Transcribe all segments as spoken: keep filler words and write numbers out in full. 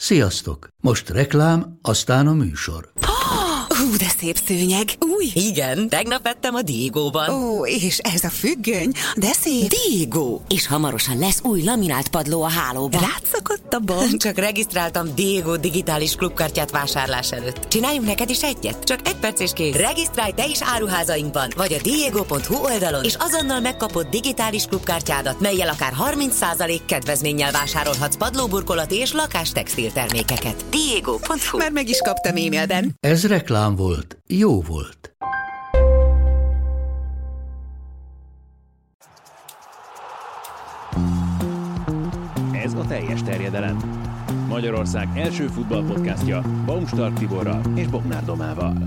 Sziasztok! Most reklám, aztán a műsor. Hú, de szép szőnyeg. Új? Igen, tegnap vettem a Diegóban. Ó, és ez a függöny, de szép. Diegó! És hamarosan lesz új laminált padló a hálóban. Rátszakadt a bank. Csak regisztráltam Diegó digitális klubkártyát vásárlás előtt. Csináljunk neked is egyet? Csak egy perc és kész. Regisztrálj te is áruházainkban, vagy a diego pont hu oldalon, és azonnal megkapod digitális klubkártyádat, mellyel akár harminc százalék kedvezménnyel vásárolhatsz padlóburkolati és lakástextil termékeket. diego pont hu. Már meg is kaptam e-mailben. Ez reklám volt, jó volt. Ez a teljes terjedelem. Magyarország első futballpodcastja Baumstark Tiborral és Bognár Domával.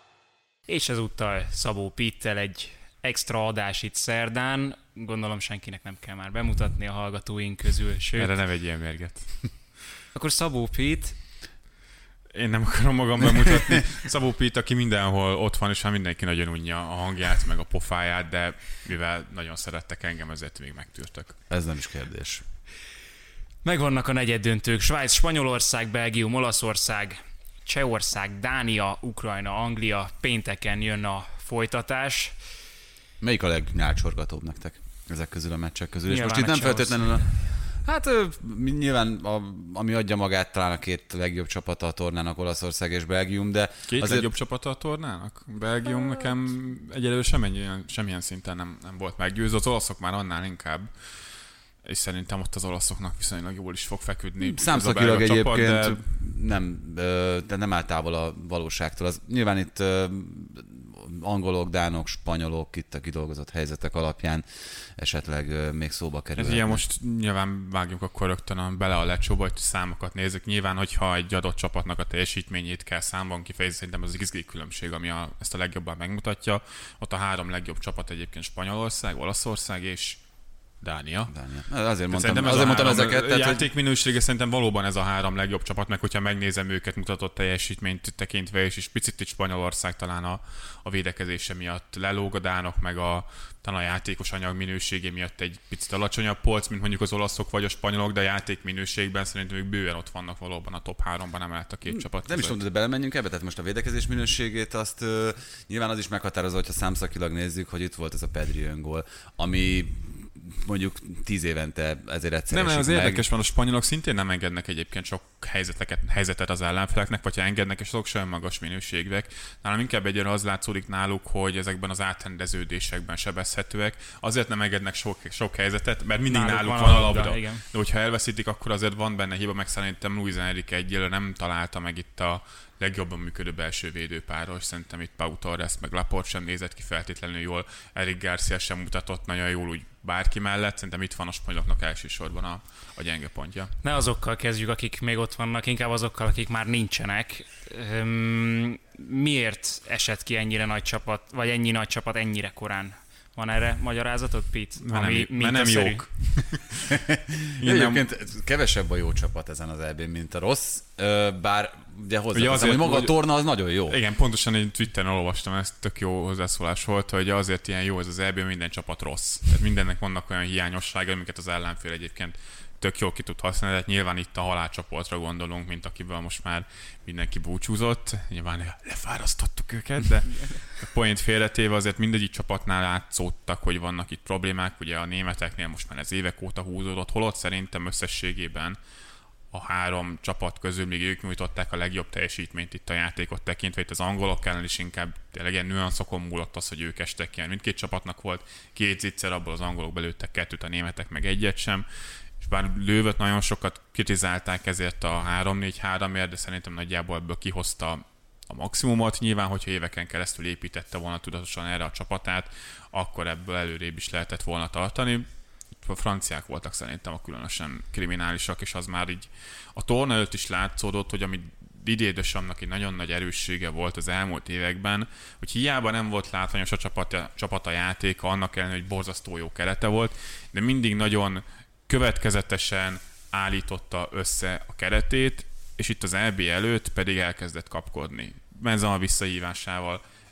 És ezúttal Szabó Pittel egy extra adás itt szerdán. Gondolom senkinek nem kell már bemutatni a hallgatóink közül, sőt... Erre ne vegyél mérget. Akkor Szabó Pitt... Én nem akarom magam bemutatni. Szabó Pitt, aki mindenhol ott van, és már mindenki nagyon unja a hangját, meg a pofáját, de mivel nagyon szerettek engem, ezért még megtűrtek. Ez nem is kérdés. Megvannak a negyeddöntők. Svájc, Spanyolország, Belgium, Olaszország, Csehország, Dánia, Ukrajna, Anglia. Pénteken jön a folytatás. Melyik a legnyálcsorgatóbb nektek ezek közül a meccsek közül? Nyilván és most itt nem feltétlenül a... Hát nyilván, a, ami adja magát, talán a két legjobb csapata a tornának, Olaszország és Belgium, de... Két azért... legjobb csapata a tornának? Belgium nekem egyelőre semmilyen, semmilyen szinten nem, nem volt meggyőző, az olaszok már annál inkább, és szerintem ott az olaszoknak viszonylag jól is fog feküdni. Számszakilag egyébként csapat, de... nem, de nem áll távol a valóságtól. Az, nyilván itt angolok, dánok, spanyolok itt a kidolgozott helyzetek alapján esetleg még szóba kerül. Ez ilyen most nyilván vágjunk akkor rögtön bele a lecsóba, hogy számokat nézzük. Nyilván, hogyha egy adott csapatnak a teljesítményét kell számban kifejezni, szerintem az izgi különbség, ami a, ezt a legjobban megmutatja. Ott a három legjobb csapat egyébként Spanyolország, Olaszország és Dánia. Dánia. Azért mondtam, ez azért mondtam három, ezeket. Tehát, játékminősége hogy... szerintem valóban ez a három legjobb csapat, meg hogyha megnézem őket mutatott teljesítményt tekintve, és, és picit itt Spanyolország talán a, a védekezése miatt lelóg a dánok, meg a, talán a játékos anyag minőségé miatt egy picit alacsonyabb polc, mint mondjuk az olaszok vagy a spanyolok, de a játékminőségben szerintem ők bőven ott vannak valóban a top háromban emellett a két csapat. Nem is tudom, de belemenjünk ebbe, tehát most a védekezés minőségét azt uh, nyilván az is meghatározó, hogyha számszakilag nézzük, hogy itt volt ez a Pedri öngól, ami mondjuk tíz évente ezért egyszer Nem, az meg. érdekes van, a spanyolok szintén nem engednek egyébként sok helyzeteket, helyzetet az ellenfeleknek, vagy ha engednek, és azok sem magas minőségűek. Nálam inkább egyre az látszódik náluk, hogy ezekben az átrendeződésekben sebezhetőek. Azért nem engednek sok, sok helyzetet, mert mindig náluk, náluk van a labda. labda. De hogyha elveszítik, akkor azért van benne hiba, meg szerintem Luis Enrique egyelőre nem találta meg itt a legjobban működő belső védőpáros. Szerintem itt Pau Torres meg Laporte sem nézett ki feltétlenül jól, Eric Garcia sem mutatott nagyon jól úgy bárki mellett. Szerintem itt van a spanyoloknak elsősorban a, a gyenge pontja. Ne azokkal kezdjük, akik még ott vannak, inkább azokkal, akik már nincsenek. Üm, miért esett ki ennyire nagy csapat, vagy ennyi nagy csapat ennyire korán? Van erre magyarázatod, Pete? Mert nem, mert nem jók. Egyébként kevesebb a jó csapat ezen az é bén, mint a rossz, bár ugye hozzáteszem, hogy maga a torna az nagyon jó. Igen, pontosan én Twitteren olvastam, ez tök jó hozzászólás volt, hogy azért ilyen jó ez az é bé, minden csapat rossz. Tehát mindennek vannak olyan hiányosságai, amiket az ellenfél egyébként tök jól ki tud használni, tehát nyilván itt a halálcsoportra gondolunk, mint akivel most már mindenki búcsúzott, nyilván lefárasztottuk őket, de a point félretéve azért mindegyik csapatnál látszódtak, hogy vannak itt problémák, ugye a németeknél most már ez évek óta húzódott, holott szerintem összességében a három csapat közül még ők nyújtották a legjobb teljesítményt itt a játékot tekintve, itt az angolok ellen is inkább tényleg ilyen nüanszokon múlott az, hogy ők estek ki. Mindkét csapatnak volt két zicser, abból az angolok belőttek kettőt, a németek meg egyet sem. És bár Löwöt nagyon sokat kritizálták ezért a három négy háromért, de szerintem nagyjából ebből kihozta a maximumot. Nyilván, hogyha éveken keresztül építette volna tudatosan erre a csapatát, akkor ebből előrébb is lehetett volna tartani. A franciák voltak szerintem a különösen kriminálisak, és az már így a torna előtt is látszódott, hogy ami Didier Deschamps-nak egy nagyon nagy erőssége volt az elmúlt években, hogy hiába nem volt látványos a csapata, csapata játéka, annak ellenére, hogy borzasztó jó kerete volt, de mindig nagyon következetesen állította össze a keretét, és itt az é bé előtt pedig elkezdett kapkodni. Benzema visszahívásával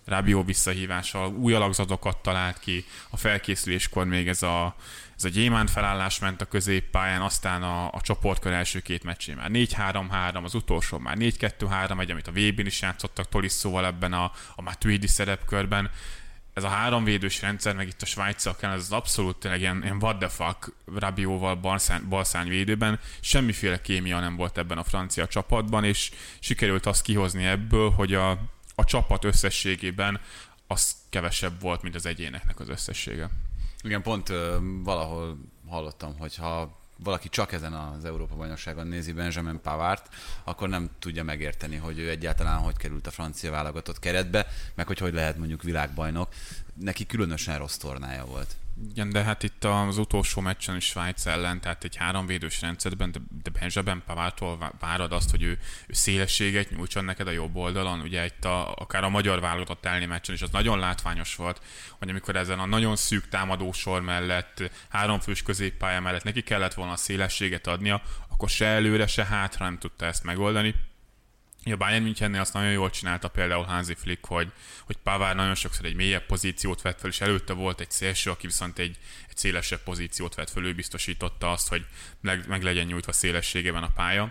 Rabiot visszahívással, új alakzatokat talált ki, a felkészüléskor még ez a, ez a gyémánt felállás ment a középpályán, aztán a, a csoportkör első két meccsén már négy három három, az utolsó már négy kettő három egy, amit a vé bén is játszottak Tolisszóval ebben a, a Matuidi szerepkörben. Ez a háromvédős rendszer, meg itt a Svájccal kell, ez az abszolút tényleg ilyen, ilyen what the fuck Rabiotval balszán, balszányvédőben. Semmiféle kémia nem volt ebben a francia csapatban, és sikerült azt kihozni ebből, hogy a, a csapat összességében az kevesebb volt, mint az egyéneknek az összessége. Igen, pont uh, valahol hallottam, hogy ha valaki csak ezen az Európa-bajnokságon nézi Benjamin Pavardt, akkor nem tudja megérteni, hogy ő egyáltalán hogy került a francia válogatott keretbe, meg hogy hogy lehet mondjuk világbajnok. Neki különösen rossz tornája volt. Igen, de hát itt az utolsó meccsen is Svájc ellen, tehát egy háromvédős rendszerben, de, de Benjamin Pavardtól várad azt, hogy ő, ő szélességet nyújtson neked a jobb oldalon. Ugye itt a, akár a magyar válogatott elleni meccsen is az nagyon látványos volt, hogy amikor ezen a nagyon szűk támadósor mellett, háromfős középpálya mellett neki kellett volna a szélességet adnia, akkor se előre, se hátra nem tudta ezt megoldani. A Bayern Münchennél azt nagyon jól csinálta például Hansi Flick, hogy, hogy Pavard nagyon sokszor egy mélyebb pozíciót vett fel, és előtte volt egy szélső, aki viszont egy, egy szélesebb pozíciót vett fel, ő biztosította azt, hogy meg, meg legyen nyújtva szélességében a pálya.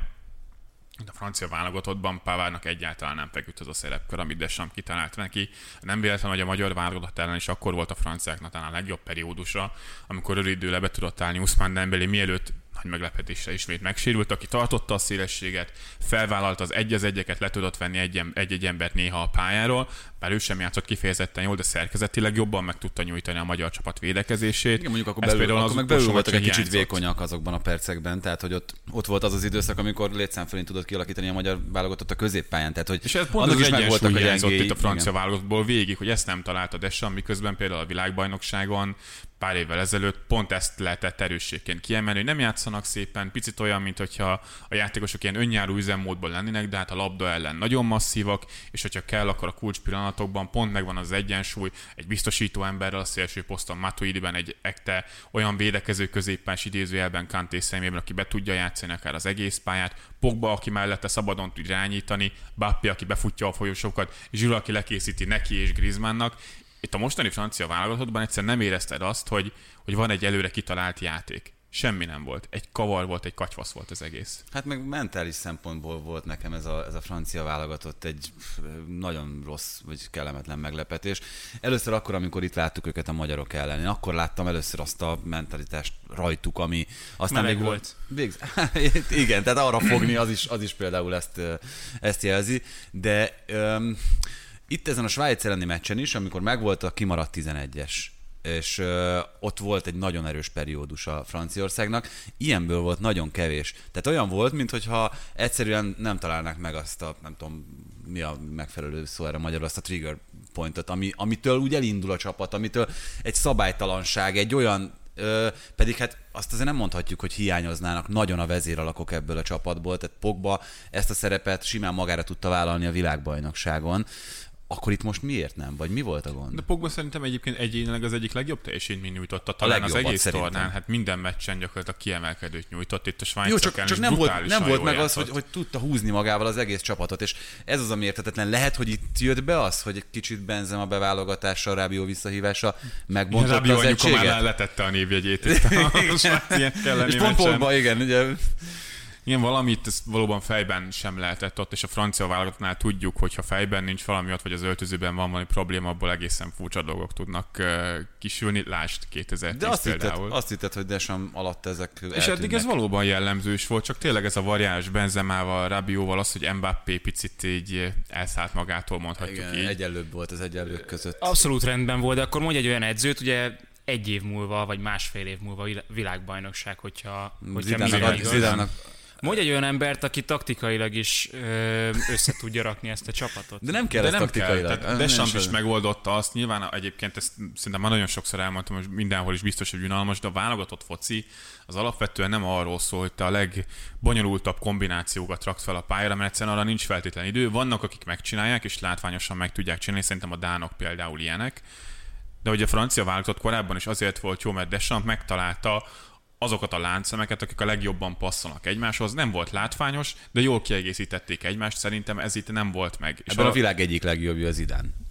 A francia válogatottban Pavardnak egyáltalán nem feküdt az a szerepkör, amit Deschamps kitalált neki. Nem véletlen, hogy a magyar válogatott ellen is akkor volt a franciáknak talán a legjobb periódusa, amikor rövid időre be tudott állni Ousmane Dembélé, mielőtt nagy meglepetésre ismét megsérült, aki tartotta a szélességet, felvállalta az egy az egyeket, le tudott venni egy-egy embert néha a pályáról, bár ő sem játszott kifejezetten jól, de szerkezetileg jobban meg tudta nyújtani a magyar csapat védekezését. Igen, mondjuk akkor belül, akkor meg belül voltak egy kicsit hiányzott. Vékonyak azokban a percekben, tehát hogy ott, ott volt az az időszak, amikor létszám fölén tudott kialakítani a magyar válogatott a középpályán. Tehát, hogy és ez pont az, az egyensúly hiányzott itt a francia válogattból végig, hogy ezt nem találta Deschamps, miközben például a világbajnokságon pár évvel ezelőtt pont ezt lehetett erősségként kiemelni, hogy nem játszanak szépen, picit olyan, mint hogyha a játékosok ilyen önjáró üzemmódban lennének, de hát a labda ellen nagyon masszívak, és hogyha kell, akkor a kulcs pillanatokban pont megvan az egyensúly, egy biztosító emberrel a szélső poszton, Matuidiben egy ekte olyan védekező középpás idézőjelben Kanté szemében, aki be tudja játszani akár az egész pályát, Pogba, aki mellette szabadon tud irányítani, Mbappé, aki befutja a folyosókat, Giroud, aki lekészíti neki és Griezmannnak. Itt a mostani francia válogatottban egyszerűen nem érezted azt, hogy, hogy van egy előre kitalált játék. Semmi nem volt. Egy kavar volt, egy katyvasz volt az egész. Hát meg mentális szempontból volt nekem ez a, ez a francia válogatott egy nagyon rossz, vagy kellemetlen meglepetés. Először akkor, amikor itt láttuk őket a magyarok ellen. Én akkor láttam először azt a mentalitást rajtuk, ami aztán meleg még volt. Végz... Igen, tehát arra fogni, az is, az is például ezt, ezt jelzi. De um, itt ezen a Svájc elleni meccsen is, amikor megvolt a kimaradt tizenegyes, és uh, ott volt egy nagyon erős periódus a Franciaországnak, ilyenből volt nagyon kevés. Tehát olyan volt, mintha egyszerűen nem találnák meg azt a, nem tudom, mi a megfelelő szó erre magyarul, azt a trigger pointot, ami, amitől úgy elindul a csapat, amitől egy szabálytalanság, egy olyan, uh, pedig hát azt azért nem mondhatjuk, hogy hiányoznának nagyon a vezéralakok ebből a csapatból, tehát Pogba ezt a szerepet simán magára tudta vállalni a világbajnokságon. Akkor itt most miért nem? Vagy mi volt a gond? De Pogba szerintem egyébként egyénileg az egyik legjobb teljesítmény nyújtotta. Talán az egész szerintem. Tornán, hát minden meccsen gyakorlatilag kiemelkedőt nyújtott. Itt a Svájc Jó, csak, csak nem volt, nem volt meg játszott. az, hogy, hogy tudta húzni magával az egész csapatot, és ez az, ami érthetetlen. Lehet, hogy itt jött be az, hogy egy kicsit Benzema beválogatása, Rabiot visszahívása megbontotta az egységet? Rabiot letette a névjegyét itt a Svájc elleni és pont Pogba, igen, ugye... Igen, valamit ezt valóban fejben sem lehetett ott, és a francia válogatottnál tudjuk, hogy ha fejben nincs valami ott, vagy az öltözőben van valami probléma, abból egészen furcsa dolgok tudnak uh, kisülni. Lásd kétezer-tíz De azt például. Hitted, azt hitted, hogy Deschamps alatt ezek És eltűnnek. eddig ez valóban jellemző is volt, csak tényleg ez a variáns Benzemával, Rabiotval az, hogy Mbappé picit így elszállt magától, mondhatjuk igen, így. egyenlőbb volt az egyenlők között. Abszolút rendben volt, de akkor mondj egy olyan edzőt, ugye egy év múlva, vagy másfél év múlva világbajnokság, hogyha, hogyha minden igaz. Mondj egy olyan embert, aki taktikailag is ö, össze tudja rakni ezt a csapatot. De nem kell De ez nem taktikailag. kell. Deschamps is megoldotta azt. Nyilván egyébként ezt szerintem már nagyon sokszor elmondtam, hogy mindenhol is biztos, hogy unalmas, de a válogatott foci az alapvetően nem arról szól, hogy te a legbonyolultabb kombinációkat raksz fel a pályára, mert egyszerűen arra nincs feltétlen idő. Vannak, akik megcsinálják, és látványosan meg tudják csinálni. Szerintem a dánok például ilyenek. De hogy a francia válogatott korábban is azért volt jó, mert Deschamps megtalálta azokat a láncszemeket, akik a legjobban passzolnak egymáshoz. Nem volt látványos, de jól kiegészítették egymást. Szerintem ez itt nem volt meg. Ebben a, a világ egyik legjobbja az Zidane.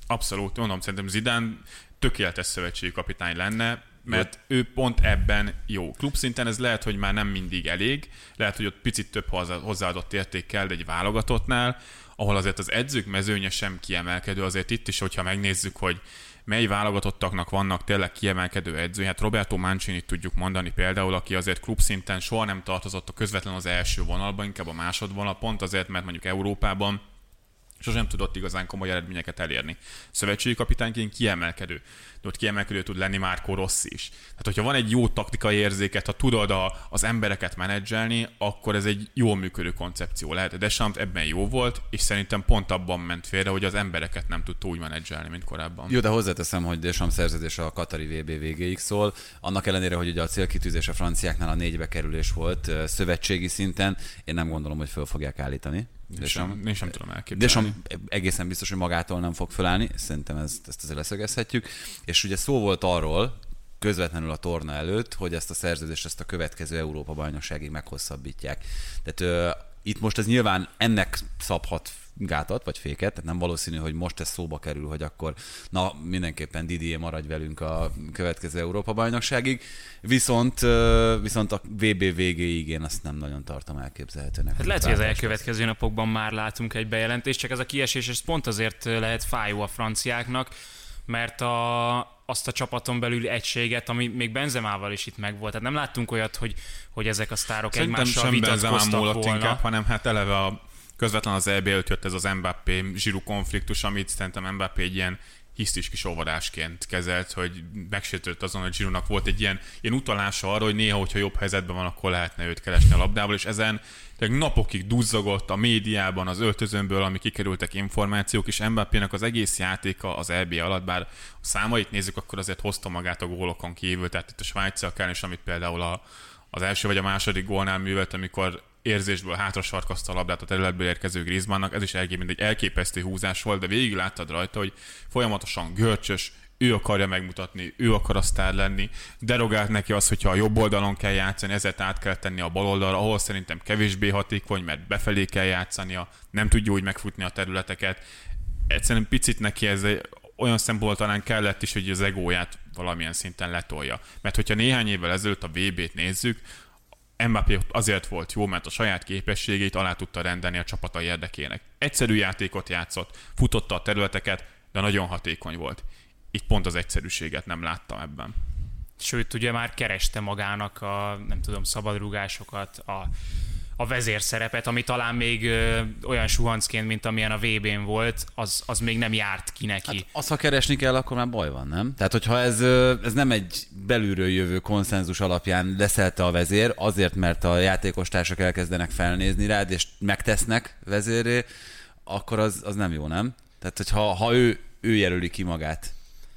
Abszolút, mondom, szerintem Zidane tökéletes szövetségi kapitány lenne, mert Jó. ő pont ebben jó. Klubszinten ez lehet, hogy már nem mindig elég, lehet, hogy ott picit több hozzáadott érték kell, de egy válogatottnál, ahol azért az edzők mezőnye sem kiemelkedő, azért itt is, hogyha megnézzük, hogy mely válogatottaknak vannak tényleg kiemelkedő edzői. Hát Roberto Mancini tudjuk mondani például, aki azért klubszinten soha nem tartozott a közvetlen az első vonalban, inkább a másodvonal, pont azért, mert mondjuk Európában sosem tudott igazán komoly eredményeket elérni. Szövetségi kapitányként kiemelkedő. De ott kiemelkedő tud lenni Marco Rossi is. Tehát, hogyha van egy jó taktikai érzéket, ha tudod a, az embereket menedzselni, akkor ez egy jól működő koncepció lehet. Deschamps ebben jó volt, és szerintem pont abban ment félre, hogy az embereket nem tudta úgy menedzselni, mint korábban. Jó, de hozzáteszem, hogy Deschamps szerződése a katari vé bé végéig szól. Annak ellenére, hogy ugye a célkitűzés a franciáknál a négybe kerülés volt szövetségi szinten, én nem gondolom, hogy föl fogják állítani. Én sem, én sem tudom elképzelni. Deschamps egészen biztos, hogy magától nem fog fölállni, szerintem ezt, ezt azért leszögezhetjük. És ugye szó volt arról, közvetlenül a torna előtt, hogy ezt a szerződést ezt a következő Európa-bajnokságig meghosszabbítják. Tehát ö, itt most ez nyilván ennek szabhat gátat, vagy féket, tehát nem valószínű, hogy most ez szóba kerül, hogy akkor na, mindenképpen Didier maradj velünk a következő Európa-bajnokságig, viszont, viszont a vé bé végéig én azt nem nagyon tartom elképzelhetőnek. Hát lehet, hogy az elkövetkező napokban már látunk egy bejelentést, csak ez a kiesés ez pont azért lehet fájó a franciáknak, mert a, azt a csapaton belüli egységet, ami még Benzemával is itt megvolt. Tehát nem láttunk olyat, hogy, hogy ezek a sztárok szerintem egymással vitatkoztak volna. Inkább, hanem hát eleve a közvetlen az é bé előtt jött ez az Mbappé-Giroud konfliktus, amit szerintem Mbappé egy ilyen hisztis kis óvodásként kezelt, hogy megsértődött azon, hogy Giroudnak volt egy ilyen, ilyen utalása arra, hogy néha, hogyha jobb helyzetben van, akkor lehetne őt keresni a labdából, és ezen napokig duzzogott a médiában, az öltözönből, ami kikerültek információk, és Mbappének az egész játéka az é bé alatt, bár a számait nézzük, akkor azért hozta magát a gólokon kívül, tehát itt a svájciak is, amit például a, az első vagy a második gólnál művelt, amikor érzésből hátra sarkazta a labdát a területből érkező Griezmannnak, ez is elképesztő, egy elképesztő húzás volt, de végig láttad rajta, hogy folyamatosan görcsös, ő akarja megmutatni, ő akar a sztár lenni, derogált neki az, hogyha a jobb oldalon kell játszani, ezért át kell tenni a bal oldalra, ahol szerintem kevésbé hatékony, mert befelé kell játszania, nem tudja úgy megfutni a területeket. Egyszerűen picit neki ez olyan szempontból talán kellett is, hogy az egóját valamilyen szinten letolja. Mert hogyha néhány évvel ezelőtt a vé bét nézzük, Mbappé azért volt jó, mert a saját képességét alá tudta rendelni a csapata érdekének. Egyszerű játékot játszott, futotta a területeket, de nagyon hatékony volt. Itt pont az egyszerűséget nem láttam ebben. Sőt, ugye már kereste magának a, nem tudom, szabadrúgásokat, a, a vezérszerepet, ami talán még ö, olyan suhancként, mint amilyen a vé bén volt, az, az még nem járt ki neki. Hát azt, ha keresni kell, akkor már baj van, nem? Tehát, hogyha ez, ez nem egy belülről jövő konszenzus alapján leszelte a vezér, azért, mert a játékostársak elkezdenek felnézni rád, és megtesznek vezérré, akkor az, az nem jó, nem? Tehát, hogyha ha ő, ő jelöli ki magát.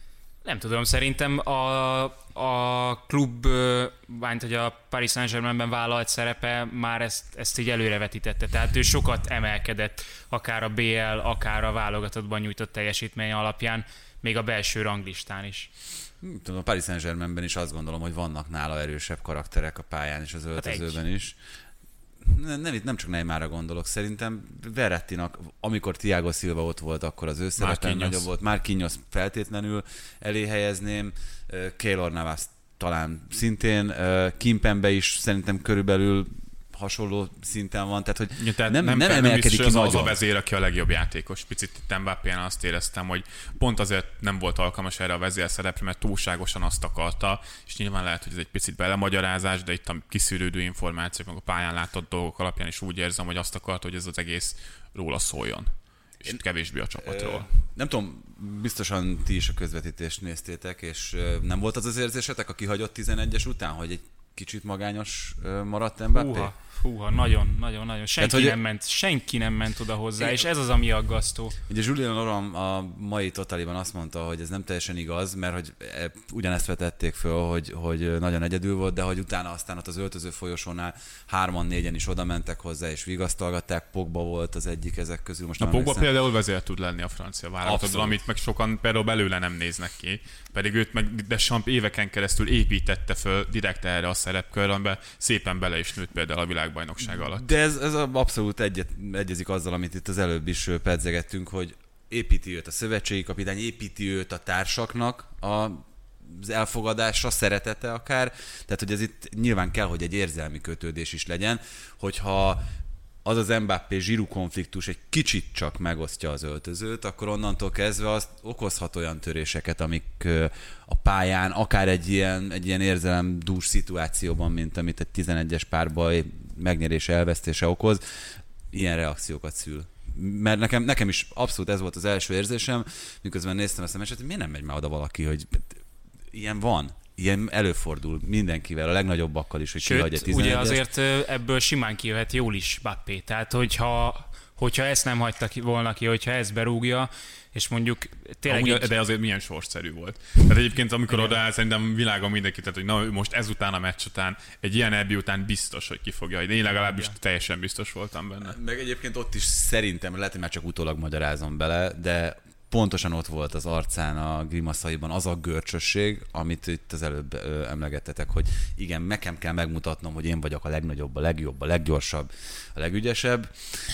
Nem tudom, szerintem a, a klub, bánt, hogy a Paris Saint-Germainben vállalt szerepe már ezt, ezt így előrevetítette. Tehát ő sokat emelkedett, akár a bé el, akár a válogatottban nyújtott teljesítmény alapján, még a belső ranglistán is. Tudom, a Paris Saint-Germainben is azt gondolom, hogy vannak nála erősebb karakterek a pályán és az öltözőben hát is. Nem, nem, nem csak Neymarra gondolok, szerintem Verrattinak, amikor Thiago Silva ott volt, akkor az ő szerepe nagyobb volt. Marquinhos feltétlenül elé helyezném, Keylor Navas talán szintén, Kimpembe is szerintem körülbelül hasonló szinten van, tehát hogy ja, tehát nem, nem, nem emelkedik ki az, nagyon. Az a vezér, aki a legjobb játékos. Picit itt Mbappén azt éreztem, hogy pont azért nem volt alkalmas erre a vezér szerepre, mert túlságosan azt akarta, és nyilván lehet, hogy ez egy picit belemagyarázás, de itt a kiszűrődő információk, meg a pályán látott dolgok alapján is úgy érzem, hogy azt akarta, hogy ez az egész róla szóljon. És Én, kevésbé a csapatról. Ö, nem tudom, biztosan ti is a közvetítést néztétek, és nem volt az az érzésetek a kihagyott tizenegyes után, hogy egy kicsit magányos maradt Mbappé? Húha, húha, nagyon, nagyon, nagyon. Senki, Tehát, nem, ment, senki nem ment oda hozzá, én, és ez az, ami aggasztó. Ugye Julien Laurent a mai Totaliban azt mondta, hogy ez nem teljesen igaz, mert hogy ugyanezt vetették föl, hogy, hogy nagyon egyedül volt, de hogy utána aztán ott az öltöző folyosónál hárman, négyen is oda mentek hozzá, és vigasztalgatták. Pogba volt az egyik ezek közül. Most a Pogba hiszem... például vezér tud lenni a francia vállalatodban, amit meg sokan például belőle nem néznek ki. Pedig őt meg Deschamps éveken keresztül építette föl direkt erre a szerepkörre, amiben szépen bele is nőtt például a világbajnokság alatt. De ez, ez abszolút egyet, egyezik azzal, amit itt az előbb is pedzegettünk, hogy építi őt a szövetségi kapitány, építi őt a társaknak a, az elfogadása, szeretete akár. Tehát, hogy ez itt nyilván kell, hogy egy érzelmi kötődés is legyen, hogyha az az Mbappé-Giroud konfliktus egy kicsit csak megosztja az öltözőt, akkor onnantól kezdve azt okozhat olyan töréseket, amik a pályán, akár egy ilyen, egy ilyen érzelemdús szituációban, mint amit egy tizenegyes párbaj megnyerése, elvesztése okoz, ilyen reakciókat szül. Mert nekem, nekem is abszolút ez volt az első érzésem, miközben néztem ezt a meccset, hogy miért nem megy már oda valaki, hogy ilyen van. Ilyen előfordul mindenkivel, a legnagyobbakkal is, hogy kihagy egy tizenegyes. Ugye azért ebből simán kijöhet jól is Mbappé. Tehát, hogyha, hogyha ezt nem hagyta ki, volna ki, hogyha ezt berúgja, és mondjuk tényleg... Amúgy, így... De azért milyen sorszerű volt. Tehát egyébként, amikor odaáll, szerintem világon mindenki, tehát, hogy na, most ezután a meccs után, egy ilyen ebbi után biztos, hogy ki fogja hagyni. Én legalábbis ja. teljesen biztos voltam benne. Meg egyébként ott is szerintem, lehet, hogy már csak utólag magyarázom bele, de pontosan ott volt az arcán, a grimaszaiban az a görcsösség, amit itt az előbb ö, emlegettetek, hogy igen, nekem kell megmutatnom, hogy én vagyok a legnagyobb, a legjobb, a leggyorsabb, a legügyesebb.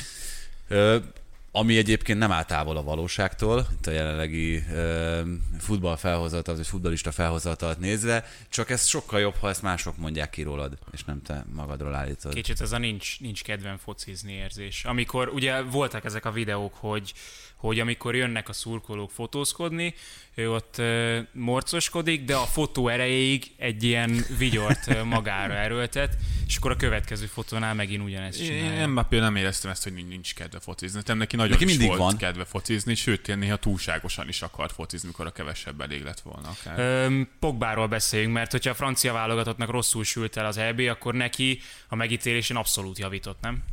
Ö, ami egyébként nem áll távol a valóságtól, itt a jelenlegi ö, futball felhozatat, vagy futballista felhozatalt nézve, csak ez sokkal jobb, ha ezt mások mondják ki rólad, és nem te magadról állítod. Kicsit ez a nincs, nincs kedvem focizni érzés. Amikor ugye voltak ezek a videók, hogy hogy amikor jönnek a szurkolók fotózkodni, ő ott uh, morcoskodik, de a fotó erejéig egy ilyen vigyort uh, magára erőltet, és akkor a következő fotónál megint ugyanezt csinálja. Én Mbappé nem éreztem ezt, hogy nincs kedve focizni. Nem, neki nagyon neki is volt van. kedve focizni, sőt, néha túlságosan is akart focizni, mikor a kevesebb elég lett volna akár. Um, Pogbáról beszéljünk, mert hogyha a francia válogatottnak rosszul sült el az é bé, akkor neki a megítélésén abszolút javított, nem?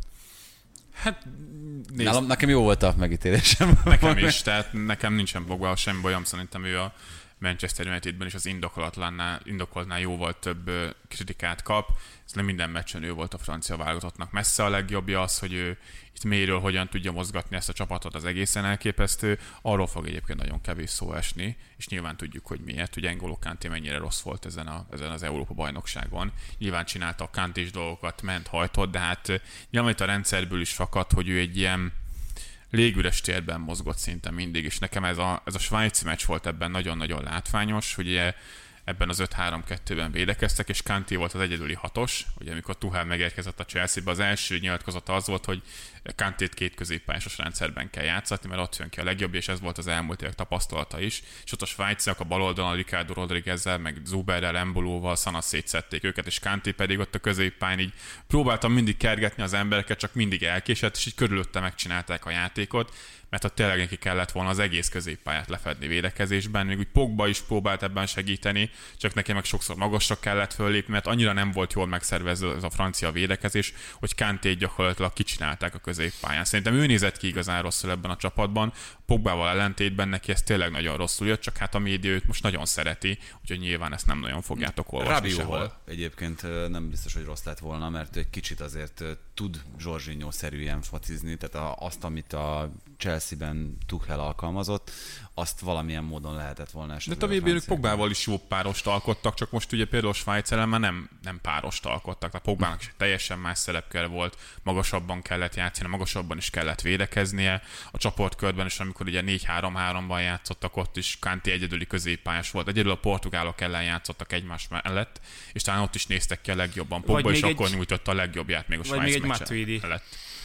Hát, Nálam, nekem jó volt a megítélésem. Nekem is, tehát nekem nincsen Pogbával semmi bajom, szerintem ő a Manchester Unitedben is az indokolatlanál, indokoltnál jóval több kritikát kap. Ez nem minden meccsen ő volt a francia válogatottnak. Messze a legjobbja az, hogy ő itt mélyről hogyan tudja mozgatni ezt a csapatot, az egészen elképesztő. Arról fog egyébként nagyon kevés szó esni, és nyilván tudjuk, hogy miért, hogy N'Golo Kanté mennyire rossz volt ezen, a, ezen az Európa-bajnokságon. Nyilván csinálta a Kantés dolgokat, ment, hajtott, de hát nyilván itt a rendszerből is fakad, hogy ő egy ilyen légüres térben mozgott szinte mindig, és nekem ez a, ez a svájci meccs volt ebben nagyon-nagyon látványos, hogy ugye ebben az öt három kettőben védekeztek, és Kanté volt az egyedüli hatos, ugye amikor Tuchel megérkezett a Chelsea-be, az első nyilatkozata az volt, hogy Kantét két középpályásos rendszerben kell játszatni, mert ott jön ki a legjobb, és ez volt az elmúlt évek tapasztalata is, és ott a svájciak a bal oldalon Ricardo Rodriguezzel, meg Zuberrel, Embulóval szanasz szétszették őket, és Kanté pedig ott a középpályán így próbáltam mindig kergetni az embereket, csak mindig elkésett, és így körülötte megcsinálták a játékot, mert ott tényleg neki kellett volna az egész középpályát lefedni védekezésben, még úgy Pogba is próbált ebben segíteni, csak neki meg sokszor magasra kellett föllépni, mert annyira nem volt jól megszervezve ez a francia védekezés, hogy Kantét gyakorlatilag kicsinálták a középpályán. Szerintem ő nézett ki igazán rosszul ebben a csapatban, Pogbával ellentétben neki ez tényleg nagyon rosszul jött, csak hát a média őt most nagyon szereti, úgyhogy nyilván ezt nem nagyon fogjátok olvasni sehol. Egyébként nem biztos, hogy rossz lett volna, mert egy kicsit azért tud Jorginho-szerűen focizni, tehát azt, amit a Chelsea-ben Tuchel alkalmazott, azt valamilyen módon lehetett volna esetleg. De a vé bén Pogbával is jó párost alkottak, csak most ugye például Svájc ellen már nem, nem párost alkottak. A Pogbának is teljesen más szerepkör volt, magasabban kellett játszani, magasabban is kellett védekeznie. A csoportkörben is, amikor ugye négy három háromban játszottak, ott is Kanté egyedüli középpályás volt. Egyedül a portugálok ellen játszottak egymás mellett, és talán ott is néztek ki a legjobban. Pogba is akkor egy... nyújtotta a legjobbját még a Svájc meccsen mellett.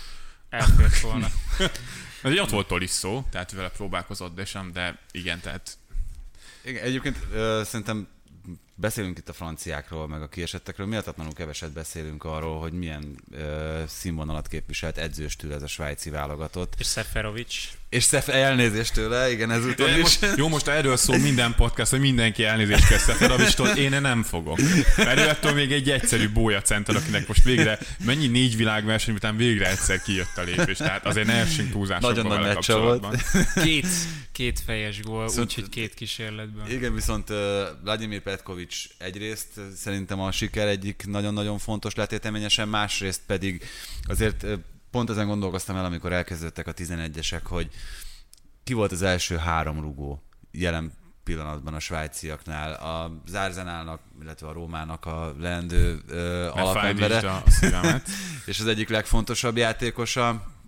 Elfért volna. Ez ott volt Tolisso, tehát vele próbálkozott, de sem, de igen, tehát... Igen, egyébként ö, szerintem beszélünk itt a franciákról, meg a kiesettekről, méltatlanul keveset beszélünk arról, hogy milyen ö, színvonalat képviselt edzőstől ez a svájci válogatott. És Seferovic. És Szef elnézést tőle, igen, ezúton is. Most, jó, most erről szól minden podcast, hogy mindenki elnézést kell Seferovictól, én nem fogok. Mert ő ettől még egy egyszerű bójacenter, akinek most végre mennyi négy világverseny után végre egyszer kijött a lépés. Tehát azért ne essünk túlzásokba nagyon vele kapcsolatban. Két, két fejes gól, úgyhogy két kísérletben. Igen, viszont uh, Vladimir Petkovics egyrészt szerintem a siker egyik nagyon-nagyon fontos letéteményesen, másrészt pedig azért uh, pont ezen gondolkoztam el, amikor elkezdődtek a tizenegyesek, hogy ki volt az első három rugó jelen pillanatban a svájciaknál, az Arsenalnak, illetve a Rómának a leendő uh, alapembere, a és az egyik legfontosabb játékosa.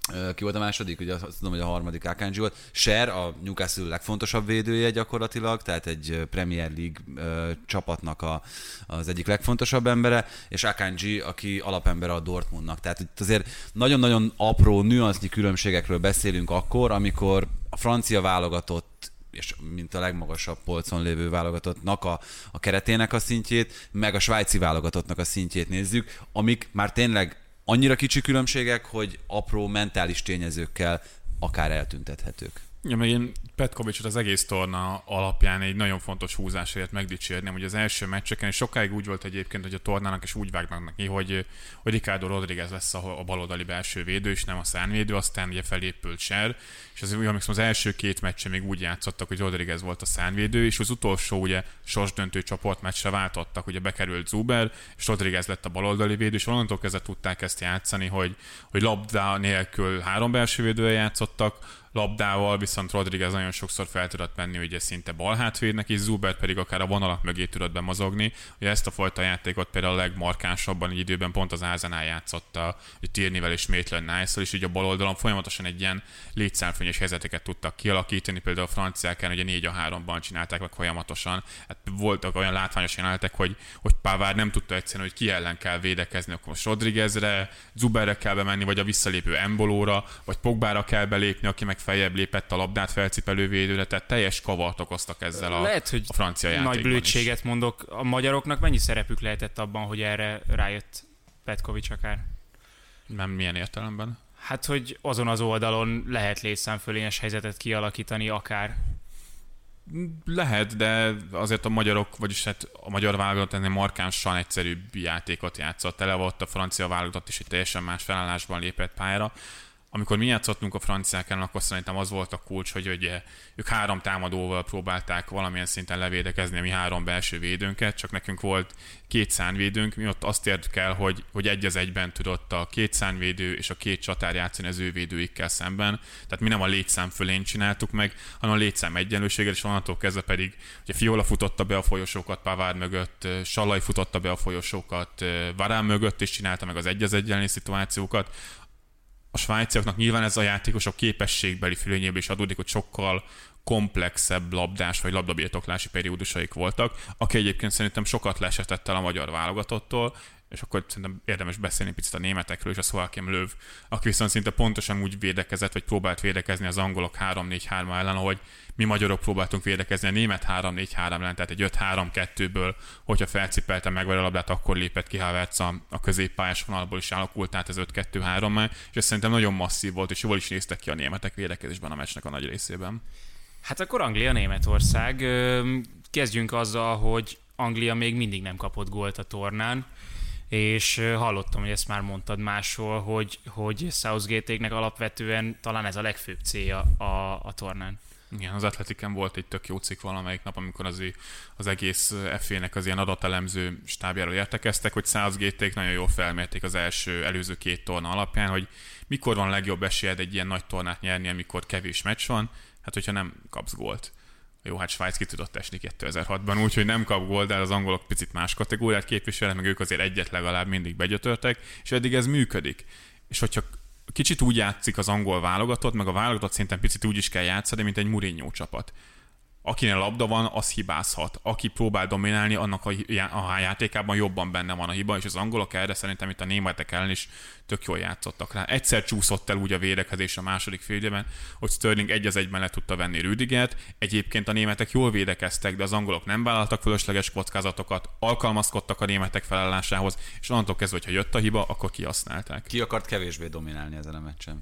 ki volt a második, ugye azt tudom, hogy a harmadik Akanji volt. Sher, a Newcastle legfontosabb védője gyakorlatilag, tehát egy Premier League ö, csapatnak a, az egyik legfontosabb embere, és Akanji, aki alapembere a Dortmundnak. Tehát itt azért nagyon-nagyon apró, nüansznyi különbségekről beszélünk akkor, amikor a francia válogatott és mint a legmagasabb polcon lévő válogatottnak a, a keretének a szintjét, meg a svájci válogatottnak a szintjét nézzük, amik már tényleg annyira kicsi különbségek, hogy apró mentális tényezőkkel akár eltüntethetők. Ja, meg én Petkovicsot az egész torna alapján egy nagyon fontos húzásért megdicsérném, hogy az első meccseken, és sokáig úgy volt egyébként, hogy a tornának is úgy vágnak neki, hogy, hogy Ricardo Rodriguez lesz a, a baloldali belső védő, és nem a szárnyvédő, aztán ugye felépült Sher, és az, az első két meccsen még úgy játszottak, hogy Rodriguez volt a szárnyvédő, és az utolsó ugye sorsdöntő csoportmeccsre váltottak, ugye bekerült Zuber, és Rodriguez lett a baloldali védő, és onnantól kezdve tudták ezt játszani, hogy, hogy labda nélkül három belső védővel játszottak, labdával, viszont Rodriguez nagyon sokszor fel tudott menni, ugye szinte balhátvédnek, és Zuber pedig akár a vonalak mögé tudott bemozogni. Ugye ezt a fajta játékot például a legmarkánsabban egy időben pont az Arsenal játszotta, Tierneyvel és Maitland-Niles-szal, és így a baloldalon folyamatosan egy ilyen létszámfényes helyzeteket tudtak kialakítani, például a franciákán ugye négy a háromban csinálták meg folyamatosan. Hát voltak olyan látványos jelenetek, hogy, hogy Pavard nem tudta egyszerűen, hogy ki ellen kell védekezni, akkor most Rodriguezre, Zuberre kell bemenni, vagy a visszalépő Embolóra, vagy Pogbára kell belépni, aki meg feljebb lépett a labdát felcipelő védőre, tehát teljes kavart okoztak ezzel a, lehet, hogy a francia játékban nagy blödséget mondok. A magyaroknak mennyi szerepük lehetett abban, hogy erre rájött Petkovics akár? Nem milyen értelemben? Hát, hogy azon az oldalon lehet létszámfölényes helyzetet kialakítani akár. Lehet, de azért a magyarok, vagyis hát a magyar válogatott ennél markánsan egyszerűbb játékot játszott. Tele volt a francia válogatott is egy teljesen más felállásban lépett pályára. Amikor mi játszottunk a franciákon, akkor szerintem az volt a kulcs, hogy ugye, ők három támadóval próbálták valamilyen szinten levédekezni a mi három belső védőnket, csak nekünk volt két szárnyvédőnk, mi ott azt ért kell, hogy, hogy egy az egyben tudott a két szárnyvédő és a két csatár játszani az ő védőikkel szemben. Tehát mi nem a létszám fölén csináltuk meg, hanem a létszám egyenlőséggel, és onnantól kezdve pedig ugye Fiola futotta be a folyosókat Pavard mögött, Sallai futotta be a folyosókat Varane mögött, és csinálta meg az egy az egyenlő szituációkat. A svájciaknak nyilván ez a játékosok képességbeli fölényéből is adódik, hogy sokkal komplexebb labdás vagy labdabirtoklási periódusaik voltak, aki egyébként szerintem sokat leesetett el a magyar válogatottól, és akkor szerintem érdemes beszélni picit a németekről és a Joachim Löw, aki viszont szinte pontosan úgy védekezett, vagy próbált védekezni az angolok három négy három ellen, ahogy mi magyarok próbáltunk védekezni a német három négy három ellen, tehát egy öt három kettőből, hogyha felcipelte meg a labdát, akkor lépett ki Havertz a, a középpályás vonalból is alakult, tehát ez öt kettő három, és ez szerintem nagyon masszív volt, és jól is néztek ki a németek védekezésben a meccsnek a nagy részében. Hát akkor Anglia-Németország. Kezdjünk azzal, hogy Anglia még mindig nem kapott gólt a tornán, és hallottam, hogy ezt már mondtad máshol, hogy, hogy Southgate-éknek alapvetően talán ez a legfőbb célja a, a tornán. Igen, az Atletiken volt egy tök jó cikk valamelyik nap, amikor az, az egész ef á-nek az ilyen adatelemző stábjáról értekeztek, hogy Southgate-ék nagyon jól felmérték az első előző két torna alapján, hogy mikor van legjobb esélyed egy ilyen nagy tornát nyerni, amikor kevés meccs van, hát hogyha nem kapsz gólt. Jó, hát Svájc ki tudott esni kétezer-hatban, úgyhogy nem kap gólt, de az angolok picit más kategóriát képviselnek, meg ők azért egyet legalább mindig begyötörtek, és eddig ez működik. És hogyha kicsit úgy játszik az angol válogatott, meg a válogatott szinten picit úgy is kell játszani, mint egy Mourinho csapat. Akinél labda van, az hibázhat. Aki próbál dominálni, annak a, a játékában jobban benne van a hiba, és az angolok erre szerintem itt a németek ellen is tök jól játszottak rá. Egyszer csúszott el úgy a védekezés a második félidőben, hogy Sterling egy az egyben le tudta venni Rüdigert. Egyébként a németek jól védekeztek, de az angolok nem vállaltak fölösleges kockázatokat, alkalmazkodtak a németek felállásához, és onnantól kezdve, hogyha jött a hiba, akkor kihasználták. Ki akart kevésbé dominálni ezen a meccsen?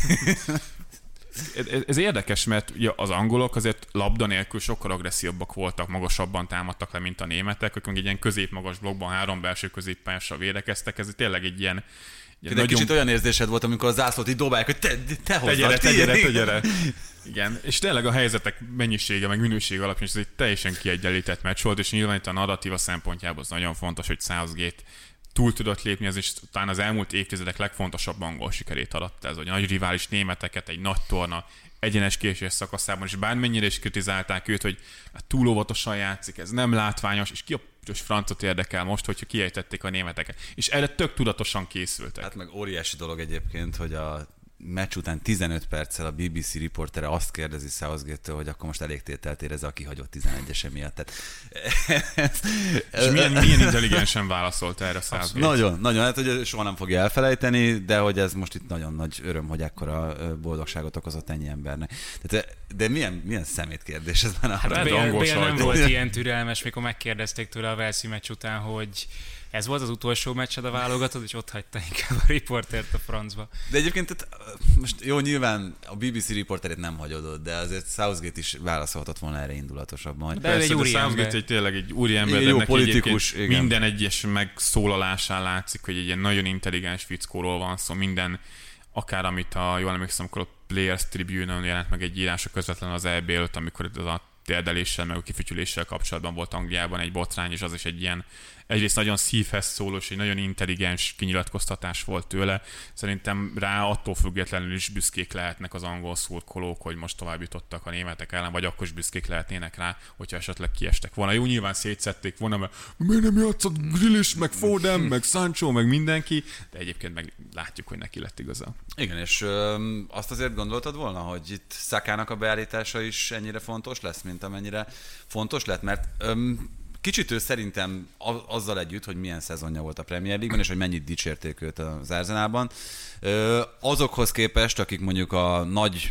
Ez érdekes, mert ugye az angolok azért labda nélkül sokkal agresszívabbak voltak, magasabban támadtak le, mint a németek, ők meg egy ilyen középmagas blokkban három belső középpályással védekeztek, ez tényleg egy ilyen... De nagyon... kicsit olyan érzésed volt, amikor a zászlót így dobálják, hogy te, te hozzad, te gyere, te gyere, te gyere. Igen, és tényleg a helyzetek mennyisége, meg minősége alapján ez egy teljesen kiegyenlített meccs volt, és nyilván itt a narratíva szempontjából az nagyon fontos, hogy Southgate túl tudott lépni, ez is talán az elmúlt évtizedek legfontosabb angol sikerét adta ez, hogy a nagy rivális németeket egy nagy torna egyenes késés szakaszában, és bármennyire is kritizálták őt, hogy túl óvatosan játszik, ez nem látványos, és ki a piros francot érdekel most, hogyha kiejtették a németeket. És erre tök tudatosan készültek. Hát meg óriási dolog egyébként, hogy a meccs után tizenöt perccel a bé bé cé riportere azt kérdezi Southgate-től, hogy akkor most elégtételt érez a kihagyott tizenegyese miatt. Tehát, és milyen, milyen intelligensen válaszolt erre Southgate? Nagyon, nagyon, hát hogy soha nem fogja elfelejteni, de hogy ez most itt nagyon nagy öröm, hogy ekkora boldogságot okozott ennyi embernek. Tehát, de milyen, milyen szemét kérdés ez már? Hát Bale, Bale nem volt ilyen türelmes, mikor megkérdezték tőle a Walesi meccs után, hogy ez volt az utolsó meccsed a válogatott, és ott hagyta inkább a riportert a francba. De egyébként tehát, most jó, nyilván a bé bé cé riporterét nem hagyod, de azért Southgate is válaszolhatott volna erre indulatosabban. De persze, egy úri de Southgate ember. egy tényleg egy úri ember, Igen, de jó neki politikus, igen. minden egyes megszólalásán látszik, hogy egy ilyen nagyon intelligens fickóról van szó, minden, akár amit a, jól emlékszem, akkor a Players Tribune-on jelent meg egy írása közvetlen az é bé előtt, amikor az a térdeléssel, meg a kifütyüléssel kapcsolatban volt Angliában egy botrány, és az is egy ilyen egyrészt nagyon szívhez szólós, egy nagyon intelligens kinyilatkoztatás volt tőle. Szerintem rá attól függetlenül is büszkék lehetnek az angol szurkolók, hogy most tovább jutottak a németek ellen, vagy akkor is büszkék lehetnének rá, hogyha esetleg kiestek volna. Jó, nyilván szétszették volna, mert miért nem játszott Grealish, meg Foden, meg Sancho, meg mindenki, de egyébként meg látjuk, hogy neki lett igaza. Igen, és ö, azt azért gondoltad volna, hogy itt Szakának a beállítása is ennyire fontos lesz, mint amennyire fontos lett, mert ö, kicsit ő szerintem azzal együtt, hogy milyen szezonja volt a Premier League-ben, és hogy mennyit dicsérték őt az Arsenalban, azokhoz képest, akik mondjuk a nagy,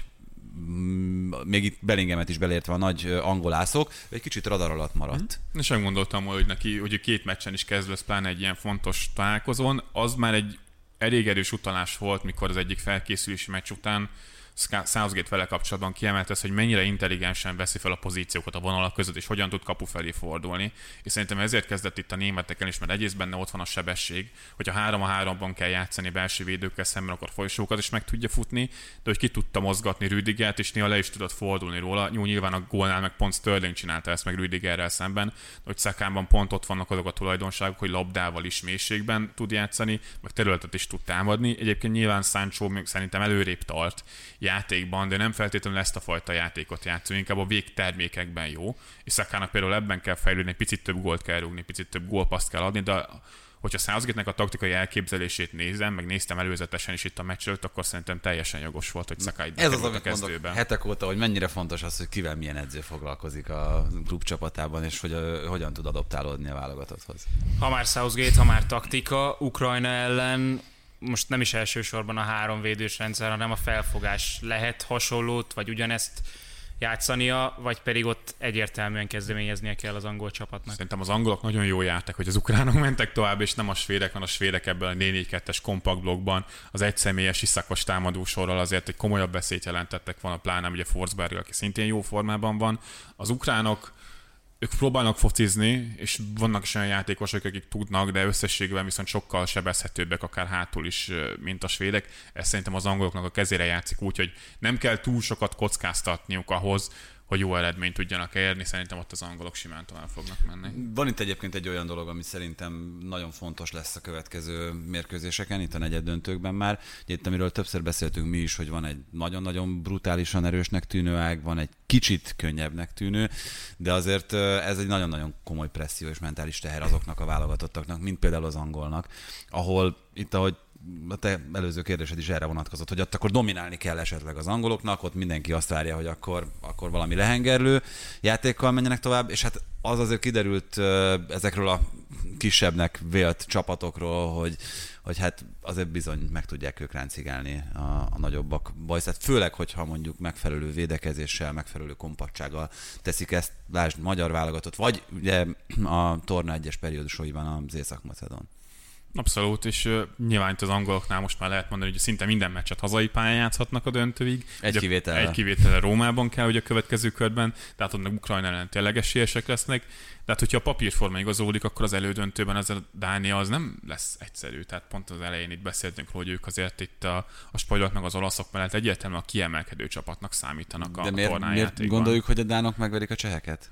még itt Bellinghamet is belértve a nagy angolászok, egy kicsit radar alatt maradt. Mm. És sem gondoltam, hogy neki, hogy két meccsen is kezd lesz, pláne egy ilyen fontos találkozón, az már egy elég erős utalás volt, mikor az egyik felkészülési meccs után Southgate vele kapcsolatban kiemelte ezt, hogy mennyire intelligensen veszi fel a pozíciókat a vonalak között, és hogyan tud kapu felé fordulni. És szerintem ezért kezdett itt a németeken is, mert egyrészt benne ott van a sebesség, hogyha három a háromban kell játszani belső védőkkel szemben, akkor folyosókat is meg tudja futni, de hogy ki tudta mozgatni Rüdigert, és néha le is tudott fordulni róla. Jó, nyilván a gólnál meg pont Sterling csinálta ezt meg Rüdigerrel szemben, de hogy Szakánban pont ott vannak azok a tulajdonságok, hogy labdával is mélységben tud játszani, meg területet is tud támadni. Egyébként nyilván Sancho még szerintem előrébb tart játékban, de nem feltétlenül ezt a fajta játékot játszó, inkább a végtermékekben jó, és Szakának például ebben kell fejlődni, picit több gólt kell rúgni, picit több gólpaszt kell adni, de hogyha Southgate-nek a taktikai elképzelését nézem, meg néztem előzetesen is itt a meccs előtt, akkor szerintem teljesen jogos volt, hogy Szaká itt Ez az, a amit kezdőben. mondok hetek óta, hogy mennyire fontos az, hogy kivel milyen edző foglalkozik a klub csapatában, és hogy a, hogyan tud adoptálódni a válogatotthoz. Ha már Southgate, ha már taktika, Ukrajna ellen most nem is elsősorban a három védős rendszer, hanem a felfogás lehet hasonlót, vagy ugyanezt játszania, vagy pedig ott egyértelműen kezdeményeznie kell az angol csapatnak. Szerintem az angolok nagyon jól jártak, hogy az ukránok mentek tovább, és nem a svédek, van a svédek ebben a négy négy kettes kompakt blokkban az egyszemélyes iszakos támadósorral azért egy komolyabb veszélyt jelentettek volna, pláne ugye Forsberg, aki szintén jó formában van. Az ukránok ők próbálnak focizni, és vannak is olyan játékosok, akik tudnak, de összességben viszont sokkal sebezhetőbbek, akár hátul is, mint a svédek. Ez szerintem az angoloknak a kezére játszik úgy, hogy nem kell túl sokat kockáztatniuk ahhoz, hogy jó eredményt tudjanak elérni, szerintem ott az angolok simán tovább fognak menni. Van itt egyébként egy olyan dolog, ami szerintem nagyon fontos lesz a következő mérkőzéseken, itt a negyeddöntőkben már. Itt, amiről többször beszéltünk mi is, hogy van egy nagyon-nagyon brutálisan erősnek tűnő ág, van egy kicsit könnyebbnek tűnő, de azért ez egy nagyon-nagyon komoly presszió és mentális teher azoknak a válogatottaknak, mint például az angolnak, ahol itt, ahogy a te előző kérdésed is erre vonatkozott, hogy ott akkor dominálni kell esetleg az angoloknak, ott mindenki azt várja, hogy akkor, akkor valami lehengerlő játékkal menjenek tovább, és hát az azért kiderült ezekről a kisebbnek vélt csapatokról, hogy, hogy hát azért bizony meg tudják ők ráncigálni a, a nagyobbak bajszát, főleg, hogyha mondjuk megfelelő védekezéssel, megfelelő kompaktsággal teszik ezt, lásd, magyar válogatott, vagy ugye a torna egyes periódusaiban az Észak-Macedón. Abszolút, és uh, nyilván itt az angoloknál most már lehet mondani, hogy szinte minden meccset hazai pályán játszhatnak a döntőig. Egy kivétellel. Egy kivétellel Rómában kell, hogy a következő körben, tehát ott Ukrajna ellen tényleg esélyesek lesznek. De hát, hogyha a papírforma igazolódik, akkor az elődöntőben ez a Dánia az nem lesz egyszerű. Tehát pont az elején itt beszéltünk, hogy ők azért itt a, a spanyolok meg az olaszok mellett egyértelműen a kiemelkedő csapatnak számítanak a De miért, tornájátékban. miért gondoljuk, hogy a dánok megverik a cseheket?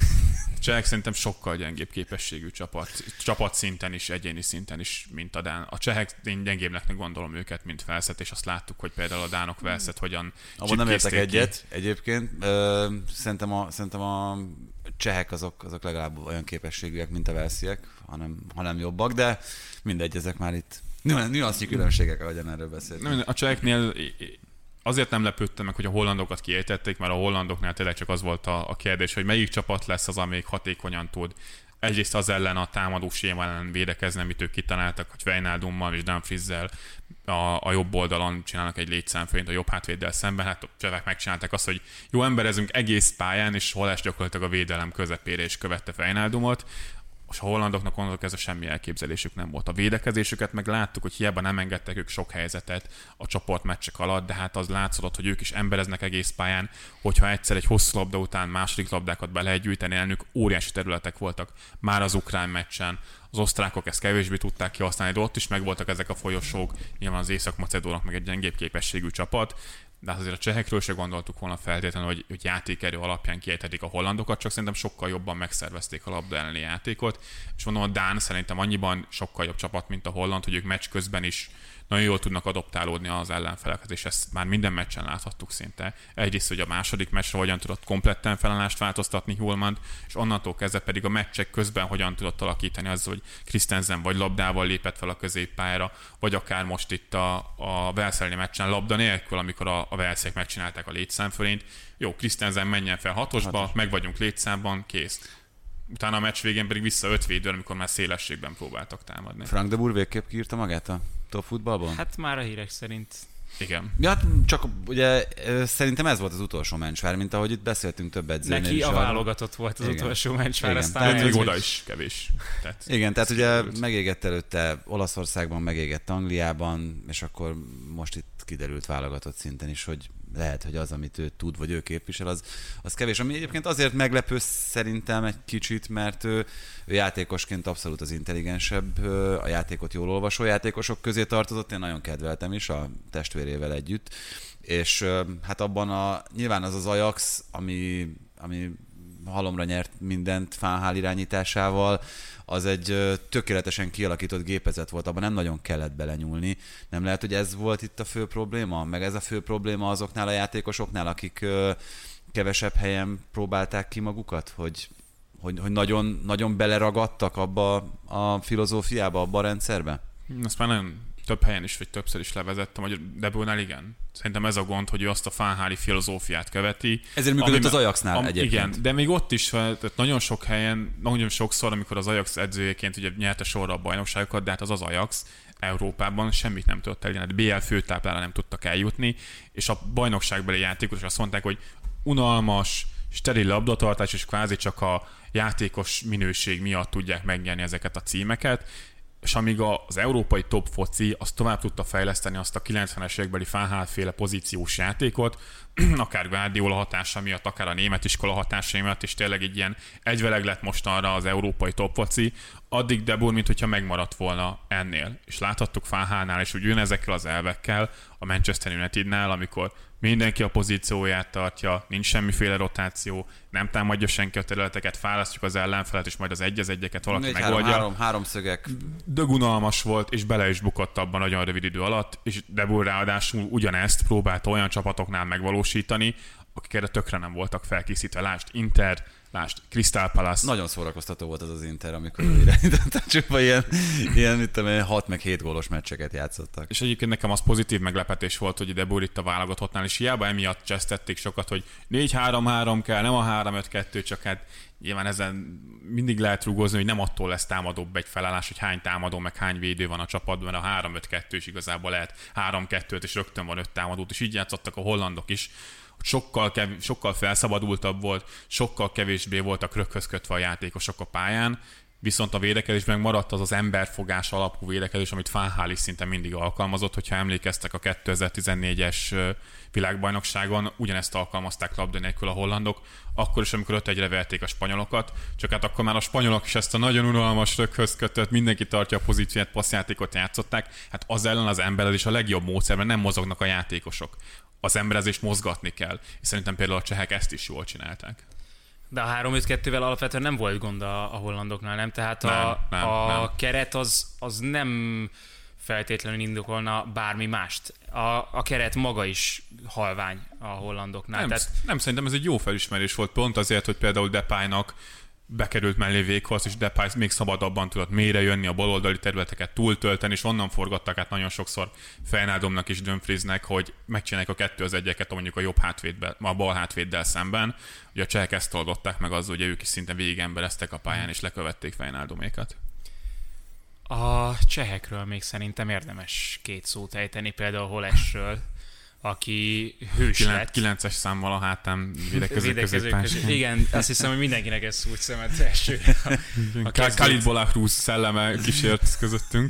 Csehek szerintem sokkal gyengébb képességű csapat, csapatszinten is, egyéni szinten is, mint a dán. A csehek, én gyengébbnek gondolom őket, mint Velszet, és azt láttuk, hogy például a dánok Velszet hogyan abban nem értek ki. egyet egyébként. Ö, szerintem, a, szerintem a csehek azok, azok legalább olyan képességűek, mint a velsziek, hanem, hanem jobbak, de mindegy, ezek már itt Nüansznyi különbségek, ahogyan erről beszéltünk. A cseheknél azért nem lepődtem meg, hogy a hollandokat kiejtették, mert a hollandoknál tényleg csak az volt a, a kérdés, hogy melyik csapat lesz az, amelyik hatékonyan tud. Egyrészt az ellen a támadó séma ellen védekezni, amit ők kitaláltak, hogy Wijnaldummal és Dumfriessel a, a jobb oldalon csinálnak egy létszámfölényt a jobb hátvéddel szemben. Hát a csehek megcsinálták azt, hogy jó emberezünk egész pályán, és Hol gyakorlatilag a védelem közepére is követte Wijnaldumot. És a hollandoknak onnantól kezdve semmi elképzelésük nem volt. A védekezésüket meg láttuk, hogy hiába nem engedtek ők sok helyzetet a csoportmeccsek alatt, de hát az látszott, hogy ők is embereznek egész pályán, hogyha egyszer egy hosszú labda után második labdákat be lehet gyűjteni, elnök óriási területek voltak már az ukrán meccsen. Az osztrákok ezt kevésbé tudták kihasználni, de ott is megvoltak ezek a folyosók, nyilván az észak-macedónok meg egy gyengébb képességű csapat, de hát azért a csehekről se gondoltuk volna feltétlenül, hogy, hogy játékerő alapján kiejthetik a hollandokat, csak szerintem sokkal jobban megszervezték a labda elleni játékot, és mondom, a dán szerintem annyiban sokkal jobb csapat, mint a holland, hogy ők meccs közben is nagyon jól tudnak adoptálódni az ellenfelekhez, és ezt már minden meccsen láthattuk szinte. Egyrészt, hogy a második meccsre hogyan tudott kompletten felállást változtatni Hjulmand, és onnantól kezdve pedig a meccsek közben hogyan tudott alakítani azzal, hogy Christensen vagy labdával lépett fel a középpályára, vagy akár most itt a, a Velszelni meccsen labda nélkül, amikor a, a Velszek megcsinálták a létszámfölényt. Jó, Christensen menjen fel hatosba, Hatos. meg vagyunk létszámban, kész. Utána a meccs végén pedig vissza öt védőn, amikor már szélességben próbáltak támadni. Frank de Boer végképp kiírta magát a top futballban? Hát már a hírek szerint. Igen. Ja, hát csak ugye szerintem ez volt az utolsó mencsvár, mint ahogy itt beszéltünk több edzőnél. Neki is a arra. válogatott volt az igen. utolsó mencsvár, igen. aztán Tehát még ez, oda hogy... is kevés. Tehát igen, tehát ugye megégett előtte Olaszországban, megégett Angliában, és akkor most itt kiderült válogatott szinten is, hogy lehet, hogy az, amit ő tud, vagy ő képvisel, az, az kevés. Ami egyébként azért meglepő szerintem egy kicsit, mert ő, ő játékosként abszolút az intelligensebb, a játékot jól olvasó játékosok közé tartozott, én nagyon kedveltem is a testvérével együtt, és hát abban a, nyilván az az Ajax, ami, ami halomra nyert mindent Van irányításával, az egy tökéletesen kialakított gépezet volt, abban nem nagyon kellett belenyúlni. Nem lehet, hogy ez volt itt a fő probléma? Meg ez a fő probléma azoknál a játékosoknál, akik kevesebb helyen próbálták ki magukat? Hogy, hogy, hogy nagyon, nagyon beleragadtak abba a filozófiába, abba a rendszerbe? Azt már nagyon több helyen is, vagy többször is levezettem, hogy De Boernál igen. Szerintem ez a gond, hogy ő azt a Fánháli filozófiát követi. Ezért működött az Ajaxnál am, egyébként. Igen, de még ott is, tehát nagyon sok helyen, nagyon sokszor, amikor az Ajax edzőjeként ugye nyerte sorra a bajnokságokat, de hát az az Ajax Európában semmit nem tudott elérni, hát bé el főtáplára nem tudtak eljutni, és a bajnokságbeli játékosok azt mondták, hogy unalmas, steril labdatartás, és kvázi csak a játékos minőség miatt tudják megnyerni ezeket a címeket, és amíg az európai top foci az tovább tudta fejleszteni azt a kilencvenes évekbeli Fánhál-féle pozíciós játékot, akár Guardiola hatása miatt, akár a német iskola hatása miatt, és tényleg egy ilyen egyveleg lett mostanra az európai top foci, addig De Boer, mint hogyha megmaradt volna ennél. És láthattuk Fánhálnál, és úgy ezekkel az elvekkel a Manchester Unitednál, amikor mindenki a pozícióját tartja, nincs semmiféle rotáció, nem támadja senki a területeket, választjuk az ellenfelet, és majd az egy az egyeket valaki Négy, megoldja. Három, három, három szögek. Dögunalmas volt, és bele is bukott abban nagyon rövid idő alatt, és De Boer ráadásul ugyanezt próbálta olyan csapatoknál megvalósítani, akik erre tökre nem voltak felkészítve. Lásd Inter, lásd Crystal Palace. Nagyon szórakoztató volt az az Inter, amikor ő irányította, csupa ilyen, ilyen mit tudom, hat meg hét gólos meccseket játszottak. És egyébként nekem az pozitív meglepetés volt, hogy De Boer itt a válogatottnál, és hiába emiatt csesztették sokat, hogy négy három három kell, nem a három öt kettő, csak hát nyilván ezen mindig lehet rúgózni, hogy nem attól lesz támadóbb egy felállás, hogy hány támadó, meg hány védő van a csapatban, mert a három öt kettő is igazából lehet három kettő, és rögtön van öt támadót, és így játszottak a hollandok is. Sokkal, kev- sokkal felszabadultabb volt, sokkal kevésbé voltak röghöz kötve a játékosok a pályán, viszont a védekezésben maradt az az emberfogás alapú védekezés, amit Fánhál is szinte mindig alkalmazott, hogyha emlékeztek a kétezer-tizennégyes világbajnokságon, ugyanezt alkalmazták labda nélkül a hollandok, akkor is, amikor öt egyre verték a spanyolokat, csak hát akkor már a spanyolok is ezt a nagyon unalmas röghöz kötött, mindenki tartja a pozícióját, passzjátékot játszották, hát az ellen az emberezés a legjobb módszer, mert nem mozognak a játékosok. Az emberezést mozgatni kell, és szerintem például a csehek ezt is jól csinálták. De a három öt kettővel alapvetően nem volt gond a, a hollandoknál, nem? Tehát a, nem, nem, a nem. keret az, az nem feltétlenül indokolna bármi mást. A, a keret maga is halvány a hollandoknál. Nem, Tehát... nem, szerintem ez egy jó felismerés volt, pont azért, hogy például Depaynak bekerült mellé Weghorst, és Depay még szabadabban tudott mélyre jönni, a baloldali területeket túltölteni, és onnan forgattak át nagyon sokszor Fejnádomnak és Dumfriesnek, hogy megcsinálják a kettő az egyeket mondjuk a jobb hátvédbe, a bal hátvéddel szemben. Ugye a csehek ezt oldották meg azzal, hogy ők is szinte végig embereztek a pályán, és lekövették Fejnádomékat. A csehekről még szerintem érdemes két szót ejteni, például Holesről, aki hős Kilen- lett. kilences számmal a hátán védekező középpályán. Igen, azt hiszem, hogy mindenkinek ez szúrt szemet első. Khalid Bolakrúz szelleme kísért közöttünk.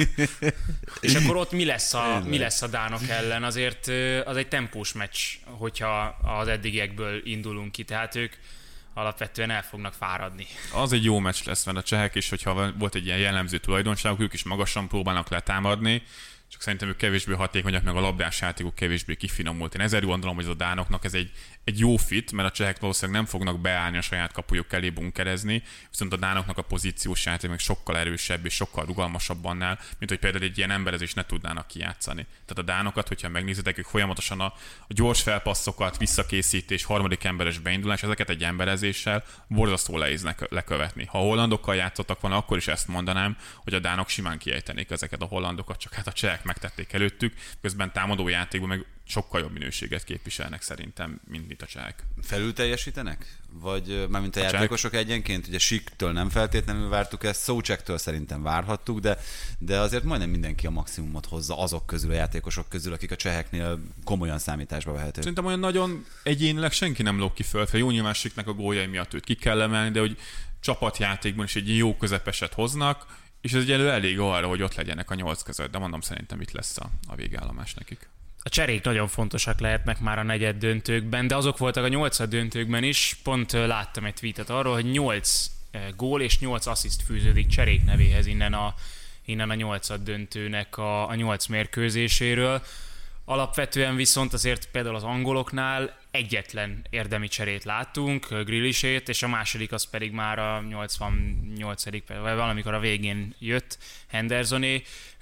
És akkor ott mi lesz, a, mi lesz a dánok ellen? Azért az egy tempós meccs, hogyha az eddigiekből indulunk ki, tehát ők alapvetően el fognak fáradni. Az egy jó meccs lesz, mert a csehek is, hogyha volt egy ilyen jellemző tulajdonságuk, ők is magasan próbálnak letámadni, csak szerintem ők kevésbé hatékonyak, meg a labdás játékuk kevésbé kifinomult. Én ezért gondolom, hogy az a dánoknak ez egy, egy jó fit, mert a csehek valószínűleg nem fognak beállni a saját kapujuk elé bunkerezni, viszont a dánoknak a pozíciós játék meg sokkal erősebb és sokkal rugalmasabb annál, mint hogy például egy ilyen emberezést ne tudnának kijátszani. Tehát a dánokat, hogyha megnézitek, ők folyamatosan a, a gyors felpasszokat, visszakészítés, harmadik emberes beindulás, ezeket egy emberezéssel borzasztó leíznek lekövetni. Ha a hollandokkal játszottak volna, akkor is ezt mondanám, hogy a dánok simán kiejtenék ezeket a hollandokat, csak hát a csehek megtették előttük, közben támadó játékban meg sokkal jobb minőséget képviselnek szerintem, mint itt a csehek. Felül teljesítenek? Vagy mármint a, a játékosok csehek? Egyenként? Ugye Schick-től nem feltétlenül vártuk ezt, Součektől szerintem várhattuk, de, de azért majdnem mindenki a maximumot hozza azok közül, a játékosok közül, akik a cseheknél komolyan számításba vehetők. Szerintem olyan nagyon egyénileg senki nem lóg ki fölfel. Jó, nyilván Schicknek a góljai miatt őt ki kell emelni, de hogy csapatjátékban is egy jó közepeset hoznak, és ez egyelőre elég arra, hogy ott legyenek a nyolc között, de mondom, szerintem itt lesz a, a végállomás nekik. A cserék nagyon fontosak lehetnek már a negyed döntőkben, de azok voltak a nyolcad döntőkben is. Pont láttam egy tweetet arról, hogy nyolc gól és nyolc assziszt fűződik cserék nevéhez innen a, innen a nyolcad döntőnek a, a nyolc mérkőzéséről. Alapvetően viszont azért például az angoloknál egyetlen érdemi cserét láttunk, Grealishét, és a második az pedig már a nyolcvannyolcadik vagy valamikor a végén jött, Hendersoné.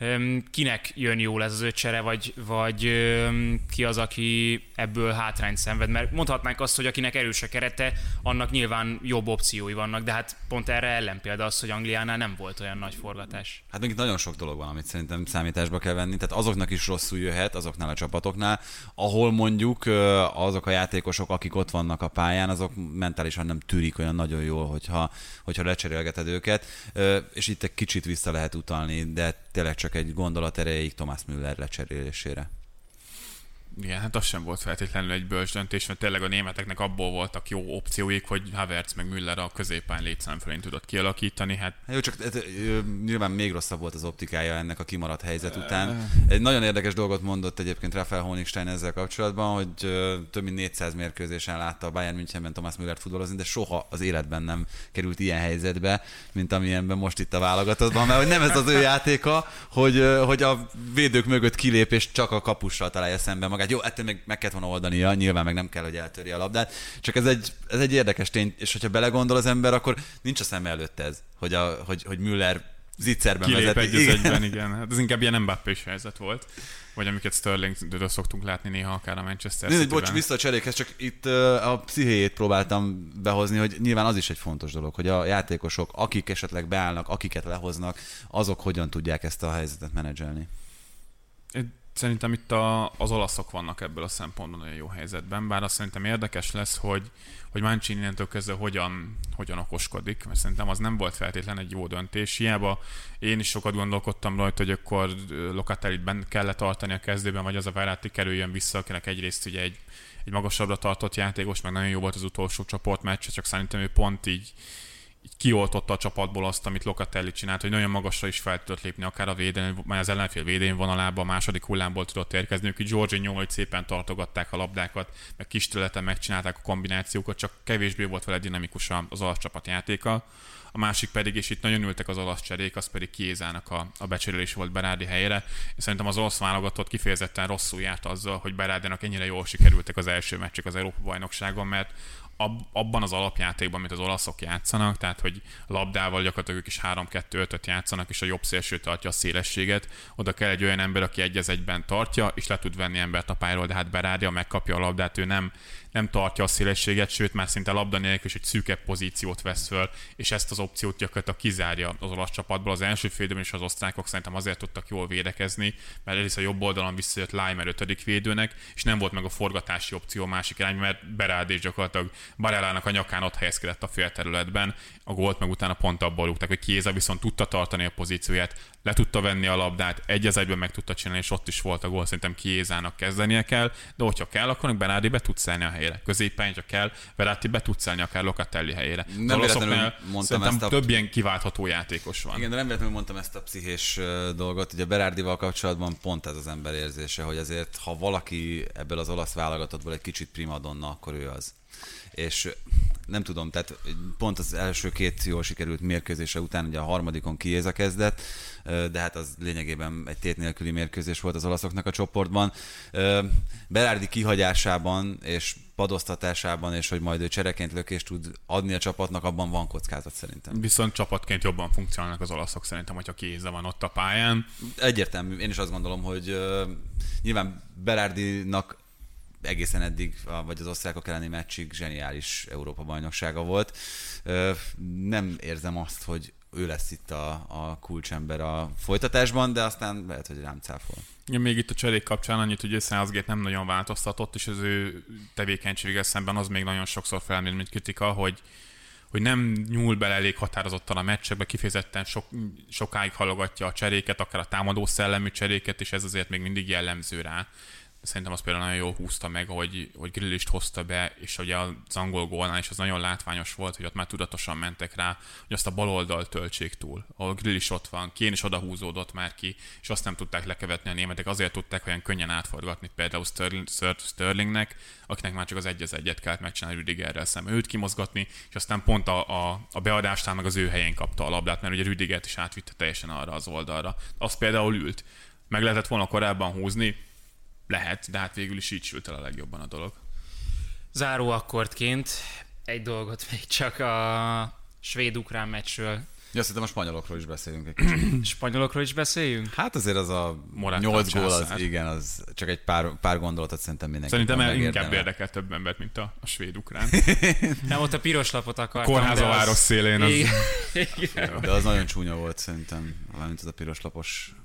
Kinek jön jól ez az öt csere, vagy, vagy ki az, aki ebből hátrányt szenved? Mert mondhatnánk azt, hogy akinek erős a kerete, annak nyilván jobb opciói vannak, de hát pont erre ellenpélda az, hogy Angliánál nem volt olyan nagy forgatás. Hát még itt nagyon sok dolog van, amit szerintem számításba kell venni, tehát azoknak is rosszul jöhet, azoknál a csapatoknál, ahol mondjuk azok a játékosok, akik ott vannak a pályán, azok mentálisan nem tűrik olyan nagyon jól, hogyha, hogyha lecserélgeted őket, és itt egy kicsit vissza lehet utalni, de tényleg csak egy gondolat erejéig Thomas Müller lecserélésére. Igen, hát az sem volt feltétlenül egy bölcs döntés, mert tényleg a németeknek abból voltak jó opcióik, hogy Havertz meg Müller a középpályán létszám fölén tudott kialakítani. Hát... Jó, csak nyilván még rosszabb volt az optikája ennek a kimaradt helyzet után. Egy nagyon érdekes dolgot mondott egyébként Raphael Honigstein ezzel kapcsolatban, hogy több mint négyszáz mérkőzésen látta a Bayern Münchenben Thomas Müllert futballozni, de soha az életben nem került ilyen helyzetbe, mint amilyenben most itt a válogatottban, mert hogy nem ez az ő játéka, hogy, hogy a védők mögött kilép és csak a kapussal találja szemben magát. Jó, ettől meg, meg kellett volna oldania, nyilván meg nem kell, hogy eltörje a labdát, csak ez egy, ez egy érdekes tény, és hogyha belegondol az ember, akkor nincs a szem előtt ez, hogy, a, hogy, hogy Müller zicserben kilép vezeti. Kilép egy az egyben, igen. Hát ez inkább ilyen Mbappés helyzet volt, vagy amiket Sterlingtől szoktunk látni néha akár a Manchester City-ben. Bocs, vissza a cserékhez, csak itt uh, a pszichéjét próbáltam behozni, hogy nyilván az is egy fontos dolog, hogy a játékosok, akik esetleg beállnak, akiket lehoznak, azok hogyan tudják ezt a helyzetet menedzselni. Szerintem itt a, az olaszok vannak ebből a szempontból nagyon jó helyzetben, bár azt szerintem érdekes lesz, hogy, hogy Mancini innentől kezdve hogyan, hogyan okoskodik, mert szerintem az nem volt feltétlen egy jó döntés. Hiába én is sokat gondolkodtam rajta, hogy akkor Locatellit bent kellett tartani a kezdőben, vagy az a Verratti kerüljön vissza, akinek egyrészt ugye egy, egy magasabbra tartott játékos, meg nagyon jó volt az utolsó csoportmeccs, csak szerintem ő pont így így kioltotta a csapatból azt, amit Locatelli csinált, hogy nagyon magasra is fel tudott lépni, akár a védelmi, majd az ellenfél védelmi vonalába, a második hullámból tudott érkezni, ők így Jorginho, hogy szépen tartogatták a labdákat, meg kis területen megcsinálták a kombinációkat, csak kevésbé volt vele dinamikus az olasz csapat játéka. A másik pedig, és itt nagyon ültek az olasz cserék, az pedig Chiézának a, a becserélés volt Berardi helyére. És szerintem az olasz válogatott kifejezetten rosszul járt azzal, hogy Berardinak ennyire jól sikerültek az első meccsek az Európa-bajnokságon, mert ab, abban az alapjátékban, amit az olaszok játszanak, tehát hogy a labdával gyakorlatilag ők is három kettő ötöt játszanak, és a jobb szélső tartja a szélességet, oda kell egy olyan ember, aki egy az egyben tartja, és le tud venni embert a pályáról, de hát Berardi, megkapja a labdát, ő nem, nem tartja a szélességet, sőt már szinte labda nélkül is egy szűkebb pozíciót vesz föl, és ezt az opciót gyakorlatilag kizárja az olasz csapatból. Az első félidőben is az osztrákok szerintem azért tudtak jól védekezni, mert egyrészt a jobb oldalon visszajött Laimer ötödik védőnek, és nem volt meg a forgatási opció másik irány, mert Berardi gyakorlatilag Barellának a nyakán ott helyezkedett a félterületben, a gólt meg utána pont abból rúgták, hogy Chiesa viszont tudta tartani a pozícióját, le tudta venni a labdát, egy az egyben meg tudta csinálni, és ott is volt a gól, szerintem Chiesának kezdenie kell, de hogyha kell, akkor Berardi be tud szállni a helyére. Középen, hogyha kell, Verratti be tud szállni akár Locatelli helyére. Nem véletlenül mondtam ezt a... több ilyen kiváltható játékos van. Igen, de nem véletlenül mondtam ezt a pszichés dolgot. Ugye Berardival kapcsolatban pont ez az ember érzése, hogy azért, ha valaki ebből az olasz válogatottból egy kicsit primadonna, akkor ő az. És nem tudom, tehát pont az első két jól sikerült mérkőzése után, ugye a harmadikon Chiesa kezdett, de hát az lényegében egy tét nélküli mérkőzés volt az olaszoknak a csoportban. Berardi kihagyásában és padoztatásában, és hogy majd ő csereként lökést tud adni a csapatnak, abban van kockázat szerintem. Viszont csapatként jobban funkcionálnak az olaszok szerintem, hogyha Chiesa van ott a pályán. Egyértelmű, én is azt gondolom, hogy uh, nyilván Berardinak egészen eddig, vagy az osztrákok elleni meccsig zseniális Európa-bajnoksága volt. Nem érzem azt, hogy ő lesz itt a, a kulcsember a folytatásban, de aztán lehet, hogy rám cáfol. Ja, még itt a cserék kapcsán annyit, hogy Southgate nem nagyon változtatott, és az ő tevékenységgel szemben az még nagyon sokszor felmerül, mint kritika, hogy hogy nem nyúl bele elég határozottan a meccsekbe, kifejezetten sok, sokáig halogatja a cseréket, akár a támadó szellemű cseréket, és ez azért még mindig jellemző rá. Szerintem az például nagyon jól húzta meg, hogy, hogy Grealist hozta be, és ugye az angol gólnál is az nagyon látványos volt, hogy ott már tudatosan mentek rá, hogy azt a bal oldalt töltsék túl, ahol Grealish ott van, Kane is odahúzódott már ki, és azt nem tudták lekevetni a németek, azért tudták olyan könnyen átforgatni például Sterling, Sterlingnek, akinek már csak az egy az egyet kellett megcsinálni Rüdigerrel szemben, őt kimozgatni, és aztán pont a, a, a beadásnál meg az ő helyén kapta a labdát, mert ugye Rüdigert is átvitte teljesen arra az oldalra. Az például ült. Meg lehetett volna korábban húzni, lehet, de hát végül is így sült el a legjobban a dolog. Záró akkordként egy dolgot még csak a svéd-ukrán meccsről. Ja, szerintem a spanyolokról is beszéljünk egy kicsit. Spanyolokról is beszéljünk? Hát azért az a Morata nyolc gól, az, császár. igen, az csak egy pár, pár gondolatot szerintem mindenki. Szerintem el inkább érdekel több embert, mint a, a svéd-ukrán. Nem, ott a piros lapot akartam. Kórház a város szélén. Az... Igen. Igen. De az nagyon csúnya volt szerintem, valamint az a piros lapos.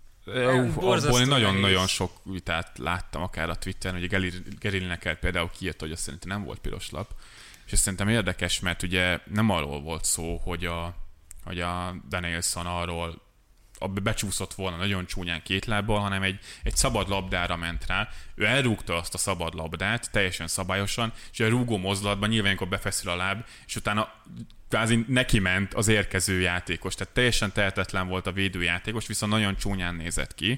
Uh, abból én nagyon-nagyon sok vitát láttam, akár a Twitteren, hogy Gary Lineker például kiírta, hogy azt szerintem nem volt piros lap. És ez szerintem érdekes, mert ugye nem arról volt szó, hogy a, hogy a Danielson arról becsúszott volna nagyon csúnyán két lábbal, hanem egy, egy szabad labdára ment rá. Ő elrúgta azt a szabad labdát, teljesen szabályosan, és a rúgó mozdulatban nyilván, amikor befeszül a láb, és utána kvázi neki ment az érkező játékos. Tehát teljesen tehetetlen volt a védőjátékos, viszont nagyon csúnyán nézett ki.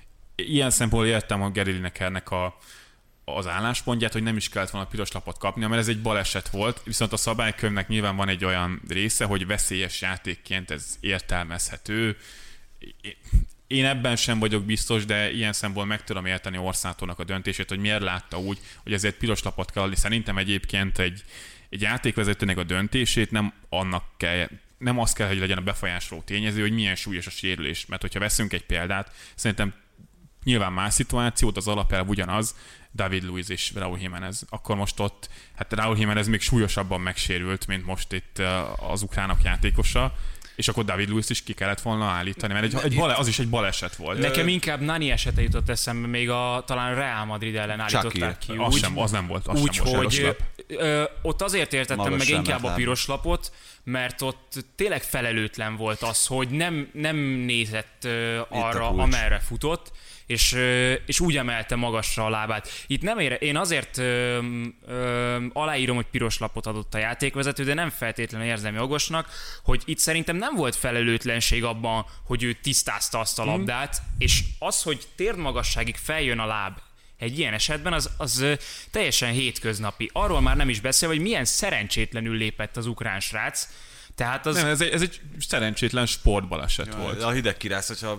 Ilyen szempontból értem a Gary Linekernek a az álláspontját, hogy nem is kellett volna piros lapot kapnia, mert ez egy baleset volt, viszont a szabálykönyvnek nyilván van egy olyan része, hogy veszélyes játékként ez értelmezhető. Én ebben sem vagyok biztos, de ilyen szempontból meg tudom érteni Orszátónak a döntését, hogy miért látta úgy, hogy ezért piros lapot kell adni. Szerintem egyébként egy, egy játékvezetőnek a döntését nem annak kell, nem az kell, hogy legyen a befolyásoló tényező, hogy milyen súlyos a sérülés. Mert hogyha veszünk egy példát, szerintem nyilván más szituációt, az alapelv ugyanaz, David Luiz és Raúl Jiménez. Akkor most ott, hát Raúl Jiménez még súlyosabban megsérült, mint most itt az ukránok játékosa, és akkor David Luiz is ki kellett volna állítani, mert egy, egy bale, az is egy baleset volt. Nekem inkább Nani esete jutott eszembe, még a talán Real Madrid ellen állították ki. Az, úgy, sem, az nem volt, az úgy, sem volt hogy ö, ott azért értettem Magas meg inkább a láb. piros lapot, mert ott tényleg felelőtlen volt az, hogy nem, nem nézett ö, arra, amerre futott, és, és úgy emelte magasra a lábát. Itt nem ére, én azért ö, ö, aláírom, hogy piros lapot adott a játékvezető, de nem feltétlenül érzem jogosnak, hogy itt szerintem nem volt felelőtlenség abban, hogy ő tisztázta azt a labdát, mm. és az, hogy térdmagasságig feljön a láb egy ilyen esetben, az, az teljesen hétköznapi. Arról már nem is beszél, hogy milyen szerencsétlenül lépett az ukrán srác. Tehát az... Nem, ez egy, ez egy szerencsétlen sportbaleset ja, volt. A hideg kirász, hogyha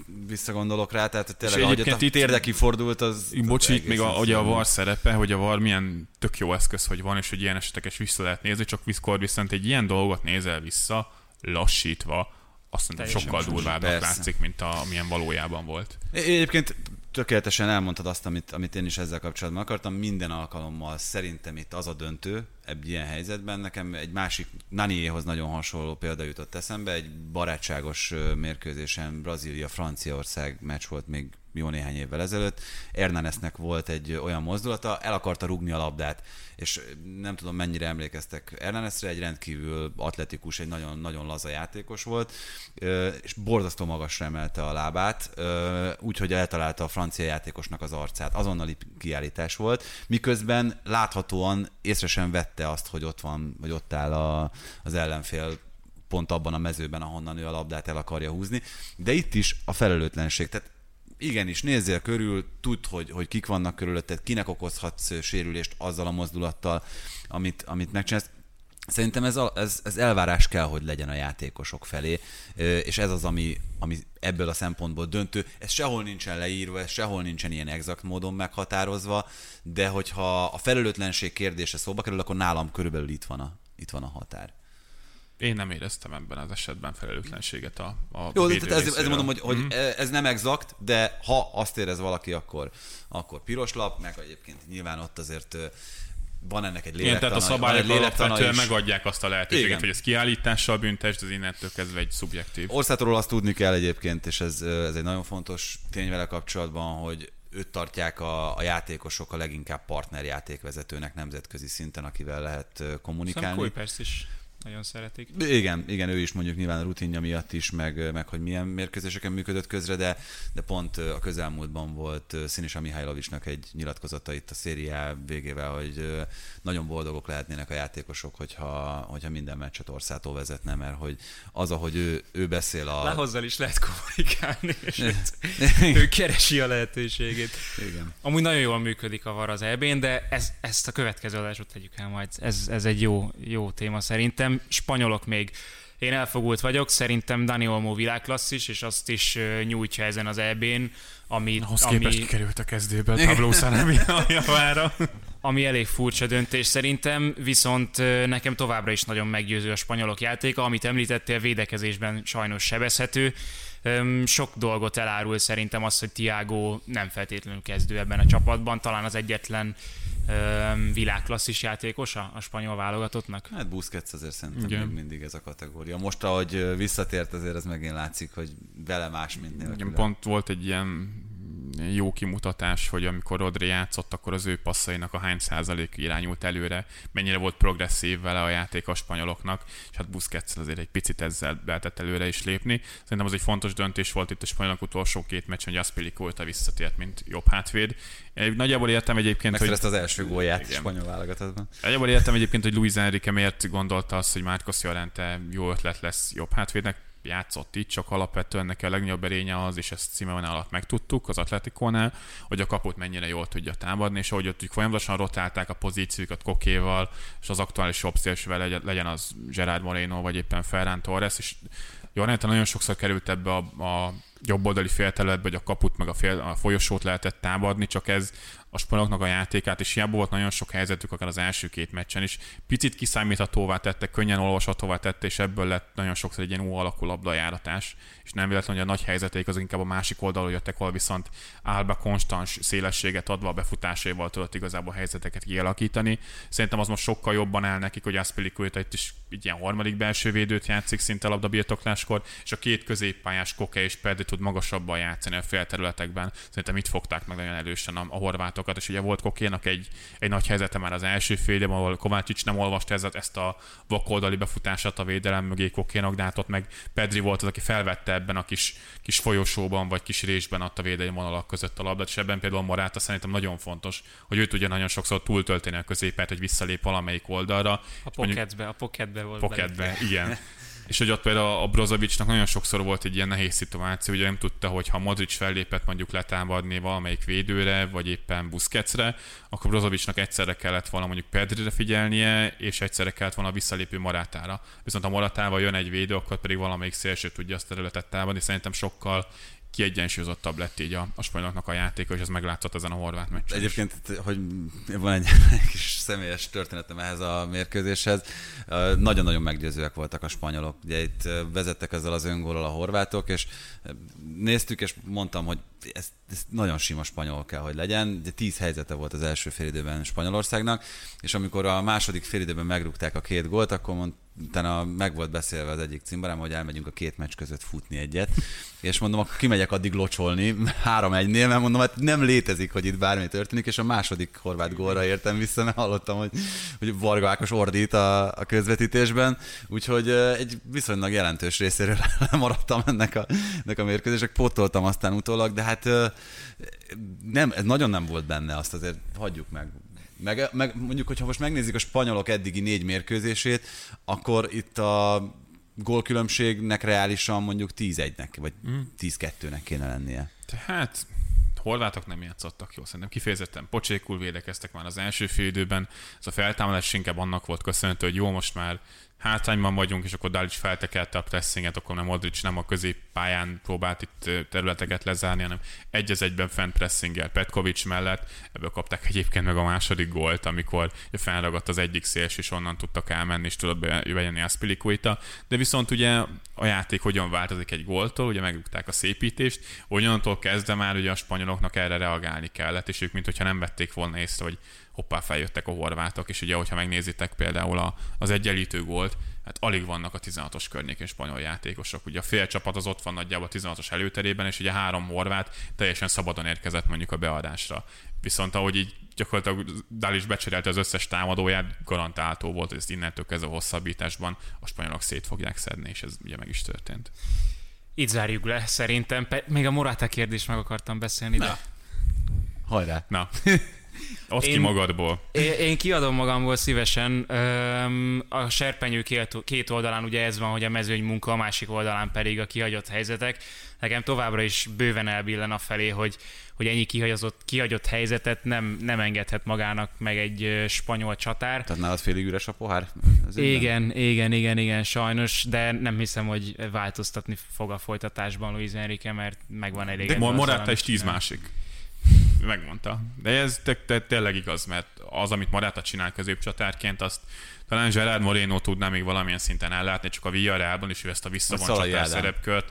visszagondolok rá, tehát tényleg, És ahogy egyébként a itt- térde kifordult, az... Bocs, itt még egészen a, ugye a szörnyű. VAR szerepe, hogy a VAR milyen tök jó eszköz, hogy van, és hogy ilyen eseteket is vissza lehet nézni, csak viszkor viszont egy ilyen dolgot nézel vissza, lassítva, azt mondom, Teljesen sokkal más. durvábbnak Persze. látszik, mint a, amilyen valójában volt. É- Egyébként tökéletesen elmondtad azt, amit, amit én is ezzel kapcsolatban akartam. Minden alkalommal szerintem itt az a döntő egy ilyen helyzetben. Nekem egy másik Naniéhoz nagyon hasonló példa jutott eszembe. Egy barátságos ö, mérkőzésen Brazília-Franciaország meccs volt még jó néhány évvel ezelőtt. Hernanesnek volt egy olyan mozdulata, el akarta rúgni a labdát, és nem tudom mennyire emlékeztek Hernanesre, egy rendkívül atletikus, egy nagyon, nagyon laza játékos volt, ö, és borzasztó magasra emelte a lábát, ö, úgyhogy eltalálta a francia játékosnak az arcát. Azonnali kiállítás volt, miközben láthatóan észre sem vette azt, hogy ott van, vagy ott áll a, az ellenfél pont abban a mezőben, ahonnan ő a labdát el akarja húzni. De itt is a felelőtlenség. Tehát igenis, nézzél körül, tudd, hogy, hogy kik vannak körülötted, kinek okozhatsz sérülést azzal a mozdulattal, amit, amit megcsinálsz. Szerintem ez, a, ez, ez elvárás kell, hogy legyen a játékosok felé, és ez az, ami, ami ebből a szempontból döntő. Ez sehol nincsen leírva, ez sehol nincsen ilyen exakt módon meghatározva, de hogyha a felelőtlenség kérdése szóba kerül, akkor nálam körülbelül itt van a, itt van a határ. Én nem éreztem ebben az esetben felelőtlenséget a, a Jó, védő tehát ez, ez részéről. mondom, hogy, hogy Mhm. ez nem exakt, de ha azt érez valaki, akkor, akkor piros lap, meg egyébként nyilván ott azért ö, van ennek egy Igen, lélektana, tehát a van egy szabályok lélektana alapvetően is. megadják azt a lehetőséget, Igen. hogy ez kiállítással büntesd, az innentől kezdve egy szubjektív. Orszátról azt tudni kell egyébként, és ez, ez egy nagyon fontos tény vele kapcsolatban, hogy őt tartják a, a játékosok a leginkább partnerjátékvezetőnek nemzetközi szinten, akivel lehet ö, Szerintem kommunikálni. Kuipers is nagyon szeretik. Igen, igen, ő is mondjuk nyilván a rutinja miatt is, meg, meg hogy milyen mérkőzéseken működött közre, de, de pont a közelmúltban volt Sinisa Mihajlovicsnak egy nyilatkozata itt a szériá végével, hogy nagyon boldogok lehetnének a játékosok, hogyha, hogyha minden meccset Orszától vezetne, mert hogy az, ahogy ő, ő beszél a... Lehozzal is lehet kommunikálni, és ő keresi a lehetőségét. Igen. Amúgy nagyon jól működik a VAR az é bén, de ez, ezt a következő adásot tegyük el majd. Ez, ez egy jó, jó téma szerintem. Spanyolok még. Én elfogult vagyok, szerintem Dani Olmo világklasszis, és azt is uh, nyújtja ezen az é bén, ami, Ahhoz képest ami, kikerült a kezdőből Pablo Sarabia a javára. ami elég furcsa döntés szerintem, viszont uh, nekem továbbra is nagyon meggyőző a spanyolok játéka, amit említettél, védekezésben sajnos sebezhető. Um, sok dolgot elárul szerintem az, hogy Thiago nem feltétlenül kezdő ebben a csapatban, talán az egyetlen um, világklasszis játékos a, a spanyol válogatottnak. Hát Busquets azért szerintem Igen. még mindig ez a kategória. Most, ahogy visszatért, azért ez megint látszik, hogy vele más, mint Igen, nélküle. pont volt egy ilyen jó kimutatás, hogy amikor Rodri játszott, akkor az ő passzainak a hány százalék irányult előre, mennyire volt progresszív vele a játék a spanyoloknak, és hát Busquets azért egy picit ezzel lehetett előre is lépni. Szerintem az egy fontos döntés volt itt a spanyolok utolsó két meccs, hogy Azpilicueta visszatért, mint jobb hátvéd. Én nagyjából értem egyébként, Megszerezte hogy... az első gólját Igen. a spanyol válogatottban. Nagyjából értem egyébként, hogy Luis Enrique miért gondolta azt, hogy Marcos Llorente jó ötlet lesz jobb hátvédnek. Játszott itt, csak alapvetően neki a legnagyobb erénye az, és ezt Simeone alatt megtudtuk az Atleticónál, hogy a kaput mennyire jól tudja támadni, és ahogy ott úgy folyamatosan rotálták a pozíciókat Kokéval, és az aktuális jobb szélsővel legyen az Gerard Moreno, vagy éppen Ferran Torres, és Llorente nagyon sokszor került ebbe a, a jobboldali félterületbe, hogy a kaput meg a, fél, a folyosót lehetett támadni, csak ez a spanyoloknak a játékát, és hiába volt nagyon sok helyzetük akár az első két meccsen is, picit kiszámíthatóvá tette, könnyen olvashatóvá tette, és ebből lett nagyon sokszor egy ilyen U alakú labdajáratás, és nem véletlenül, hogy a nagy helyzeteik az inkább a másik oldalról jöttek, ahol viszont Alba konstans szélességet adva a befutásaival tudott igazából helyzeteket kialakítani. Szerintem az most sokkal jobban áll nekik, hogy Azpilicueta itt is egy ilyen harmadik belső védőt játszik szinte labdabirtokláskor, és a két középpályás Koke és Pedri tud magasabban játszani a félterületekben. Szerintem itt fogták meg nagyon erősen a, a horvátokat, és ugye volt Kokénak egy, egy nagy helyzete már az első félidőben, ahol Kovácsics nem olvasta ezt, ezt a vakoldali befutását a védelem mögé Kokénak, de hát ott meg Pedri volt az, aki felvette ebben a kis, kis folyosóban, vagy kis résben ott a védelmi vonalak között a labdát, és ebben például Morata szerintem nagyon fontos, hogy ő tudja nagyon sokszor túltölteni a középet, hogy visszalép valamelyik oldalra. A pocketbe, a pocketbe volt. Pocketbe, igen. És hogy ott például a Brozovicnak nagyon sokszor volt egy ilyen nehéz szituáció, hogy nem tudta, hogy ha Modric fellépett mondjuk letámadni valamelyik védőre, vagy éppen Busquetsre, akkor Brozovicnak egyszerre kellett volna mondjuk Pedrire figyelnie, és egyszerre kellett volna a visszalépő Moratára. Viszont ha Moratával jön egy védő, akkor pedig valamelyik szélső tudja azt a területet támadni. Szerintem sokkal kiegyensúlyozottabb lett így a, a spanyoloknak a játéka, és ez meglátszott ezen a horvát meccsen. Egyébként, hogy van egy kis személyes történetem ehhez a mérkőzéshez, nagyon-nagyon meggyőzőek voltak a spanyolok. Ugye itt vezettek ezzel az öngóllal a horvátok, és néztük, és mondtam, hogy ez, ez nagyon sima spanyol kell, hogy legyen. Ugye tíz helyzete volt az első félidőben Spanyolországnak, és amikor a második félidőben megrúgták a két gólt, akkor mond, utána meg volt beszélve az egyik cimborám, hogy elmegyünk a két meccs között futni egyet, és mondom, akkor kimegyek addig locsolni három egynél, mert mondom, hát nem létezik, hogy itt bármi történik, és a második horvát gólra értem vissza, mert hallottam, hogy, hogy Varga Ákos ordít a, a közvetítésben, úgyhogy egy viszonylag jelentős részéről maradtam ennek a, ennek a mérkőzések, pótoltam aztán utólag, de hát nem, ez nagyon nem volt benne, azt azért hagyjuk meg. Meg, meg mondjuk, hogyha most megnézzük a spanyolok eddigi négy mérkőzését, akkor itt a gólkülönbségnek reálisan mondjuk tíz egynek, vagy mm. tíz kettőnek kéne lennie. Tehát horvátok nem játszottak jól, szerintem kifejezetten pocsékul védekeztek már az első fél időben. Ez a feltámadás inkább annak volt köszönhető, hogy jó, most már hátrányban vagyunk, és akkor Dalic feltekelte a pressinget, akkor nem Modric nem a középpályán próbált itt területeket lezárni, hanem egy az egyben fent pressingel Petkovic mellett. Ebből kapták egyébként meg a második gólt, amikor felragadt az egyik széls, és onnan tudtak elmenni, és tudott bejönni Azpilicueta. De viszont ugye a játék hogyan változik egy góltól, ugye megrúgták a szépítést, onnantól kezdve már ugye a spanyoloknak erre reagálni kellett, és ők mintha nem vették volna észre, hogy hoppá, feljöttek a horvátok, és ugye, hogyha megnézitek például a, az egyenlítő gólt, hát alig vannak a tizenhatos környékén spanyol játékosok. Ugye a fél csapat az ott van nagyjából a tizenhatos előterében, és ugye három horvát teljesen szabadon érkezett mondjuk a beadásra. Viszont ahogy így gyakorlatilag Dalic becserélte az összes támadóját, garantálható volt, hogy ezt innentől kezdve a hosszabbításban a spanyolok szét fogják szedni, és ez ugye meg is történt. Itt zárjuk le, szerintem. Még a Morata kérdést meg akartam beszélni, de... Na. Hajrá! Na. Ott én, ki magadból. Én, én kiadom magamból szívesen. A serpenyő két oldalán ugye ez van, hogy a mezőny munka, a másik oldalán pedig a kihagyott helyzetek. Nekem továbbra is bőven elbillen a felé, hogy, hogy ennyi kihagyott, kihagyott helyzetet nem, nem engedhet magának meg egy spanyol csatár. Tehát nálad félig üres a pohár? Igen, igen, igen, igen, sajnos, de nem hiszem, hogy változtatni fog a folytatásban Luis Enrique, mert megvan elég. De Morata is tíz másik. Megmondta. De ez te, te, tényleg igaz, mert az, amit Morata csinál középcsatárként, azt talán Gerard Moreno tudná még valamilyen szinten ellátni, csak a Villarrealban is ő ezt a visszavont csatár szerepkört.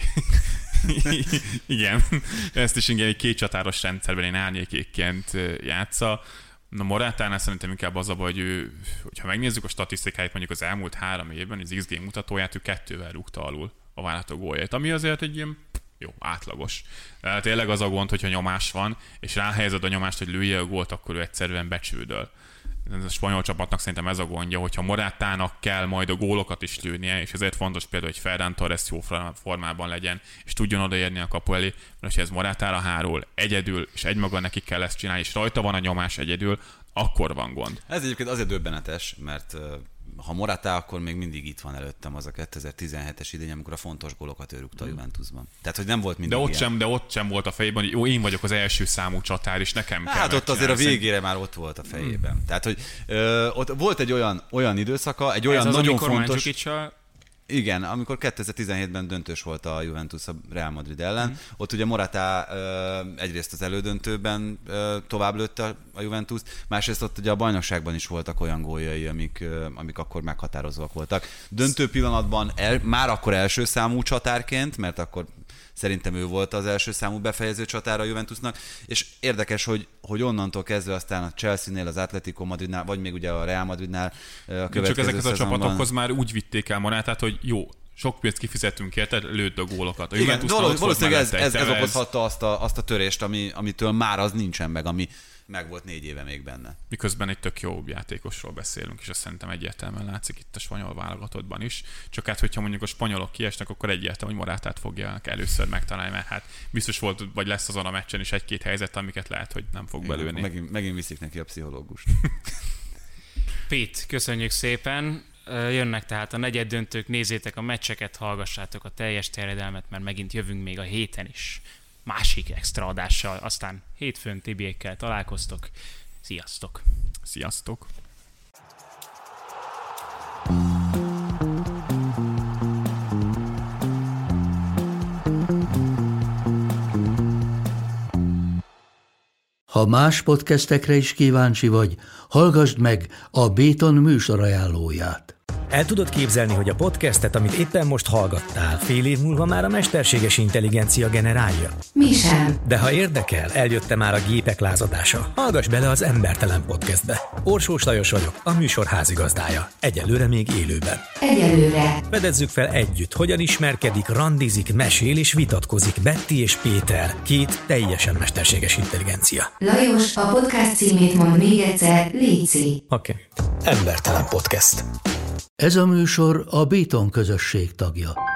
Igen, ezt is igen egy két csatáros rendszerben én árnyékékként játsza. Na Moratánál szerintem inkább az a baj, hogy ő, hogyha megnézzük a statisztikáit mondjuk az elmúlt három évben, az iksz gé mutatóját ő kettővel rúgta alul a várható gólját, ami azért egy ilyen jó, átlagos. De tényleg az a gond, hogyha nyomás van, és ráhelyezed a nyomást, hogy lője a gólt, akkor ő egyszerűen becsődöl. A spanyol csapatnak szerintem ez a gondja, hogyha Moratának kell majd a gólokat is lőnie, és ezért fontos például, hogy Ferran Torres jó formában legyen, és tudjon odaérni a kapu elé, mert ha ez Moratára hárul egyedül, és egymaga neki kell ezt csinálni, és rajta van a nyomás egyedül, akkor van gond. Ez egyébként azért döbbenetes, mert ha Morata, akkor még mindig itt van előttem az a kétezer-tizenhetes idény, amikor a fontos gólokat ő rúgta a Juventusban. Tehát, hogy nem volt mindig de ott ilyen. sem, de ott sem volt a fejében, hogy jó, én vagyok az első számú csatár, és nekem kell. Hát ott azért a végére már ott volt a fejében. Hmm. Tehát, hogy ö, ott volt egy olyan, olyan időszaka, egy olyan az, nagyon fontos... Igen, amikor kétezer-tizenhétben döntős volt a Juventus a Real Madrid ellen. Mm. Ott ugye Morata ö, egyrészt az elődöntőben ö, tovább lőtte a Juventus, másrészt ott ugye a bajnokságban is voltak olyan góljai, amik, ö, amik akkor meghatározóak voltak. Döntő pillanatban el, már akkor első számú csatárként, mert akkor szerintem ő volt az első számú befejező csatár a Juventusnak, és érdekes, hogy, hogy onnantól kezdve aztán a Chelsea-nél, az Atletico Madridnál, vagy még ugye a Real Madridnál a következő csak ezeket szezonban... a csapatokhoz már úgy vitték el Moratát, hogy jó, sok pénzt kifizetünk érte, lőtt a gólokat. A igen, valószínűleg ez, ez, ez okozhatta azt a, azt a törést, ami, amitől már az nincsen meg, ami meg volt négy éve még benne. Miközben egy tök jó játékosról beszélünk, és azt szerintem egyértelműen látszik itt a spanyol válogatottban is. Csak hát, hogyha mondjuk a spanyolok kiesnek, akkor egyértelmű, hogy Moratát fogják először megtalálni, mert hát biztos volt, vagy lesz azon a meccsen is egy-két helyzet, amiket lehet, hogy nem fog igen, belőni. Megint, megint viszik neki a pszichológust. Pete, köszönjük szépen. Jönnek tehát a negyed döntők, nézzétek a meccseket, hallgassátok a teljes terjedelmet, mert megint jövünk még a héten is. Másik extra adással, aztán hétfőn Tibiékkel találkoztok. Sziasztok! Sziasztok! Ha más podcastekre is kíváncsi vagy, hallgassd meg a Béton műsor ajánlóját. El tudod képzelni, hogy a podcastet, amit éppen most hallgattál, fél év múlva már a mesterséges intelligencia generálja? Mi sem. De ha érdekel, eljött már a gépek lázadása. Hallgass bele az Embertelen Podcastbe. Orsós Lajos vagyok, a műsor házigazdája. Egyelőre még élőben. Egyelőre. Fedezzük fel együtt, hogyan ismerkedik, randizik, mesél és vitatkozik Betty és Péter, két teljesen mesterséges intelligencia. Lajos, a podcast címét mond még egyszer, léci. Oké. Okay. Embertelen Podcast. Ez a műsor a Béton közösség tagja.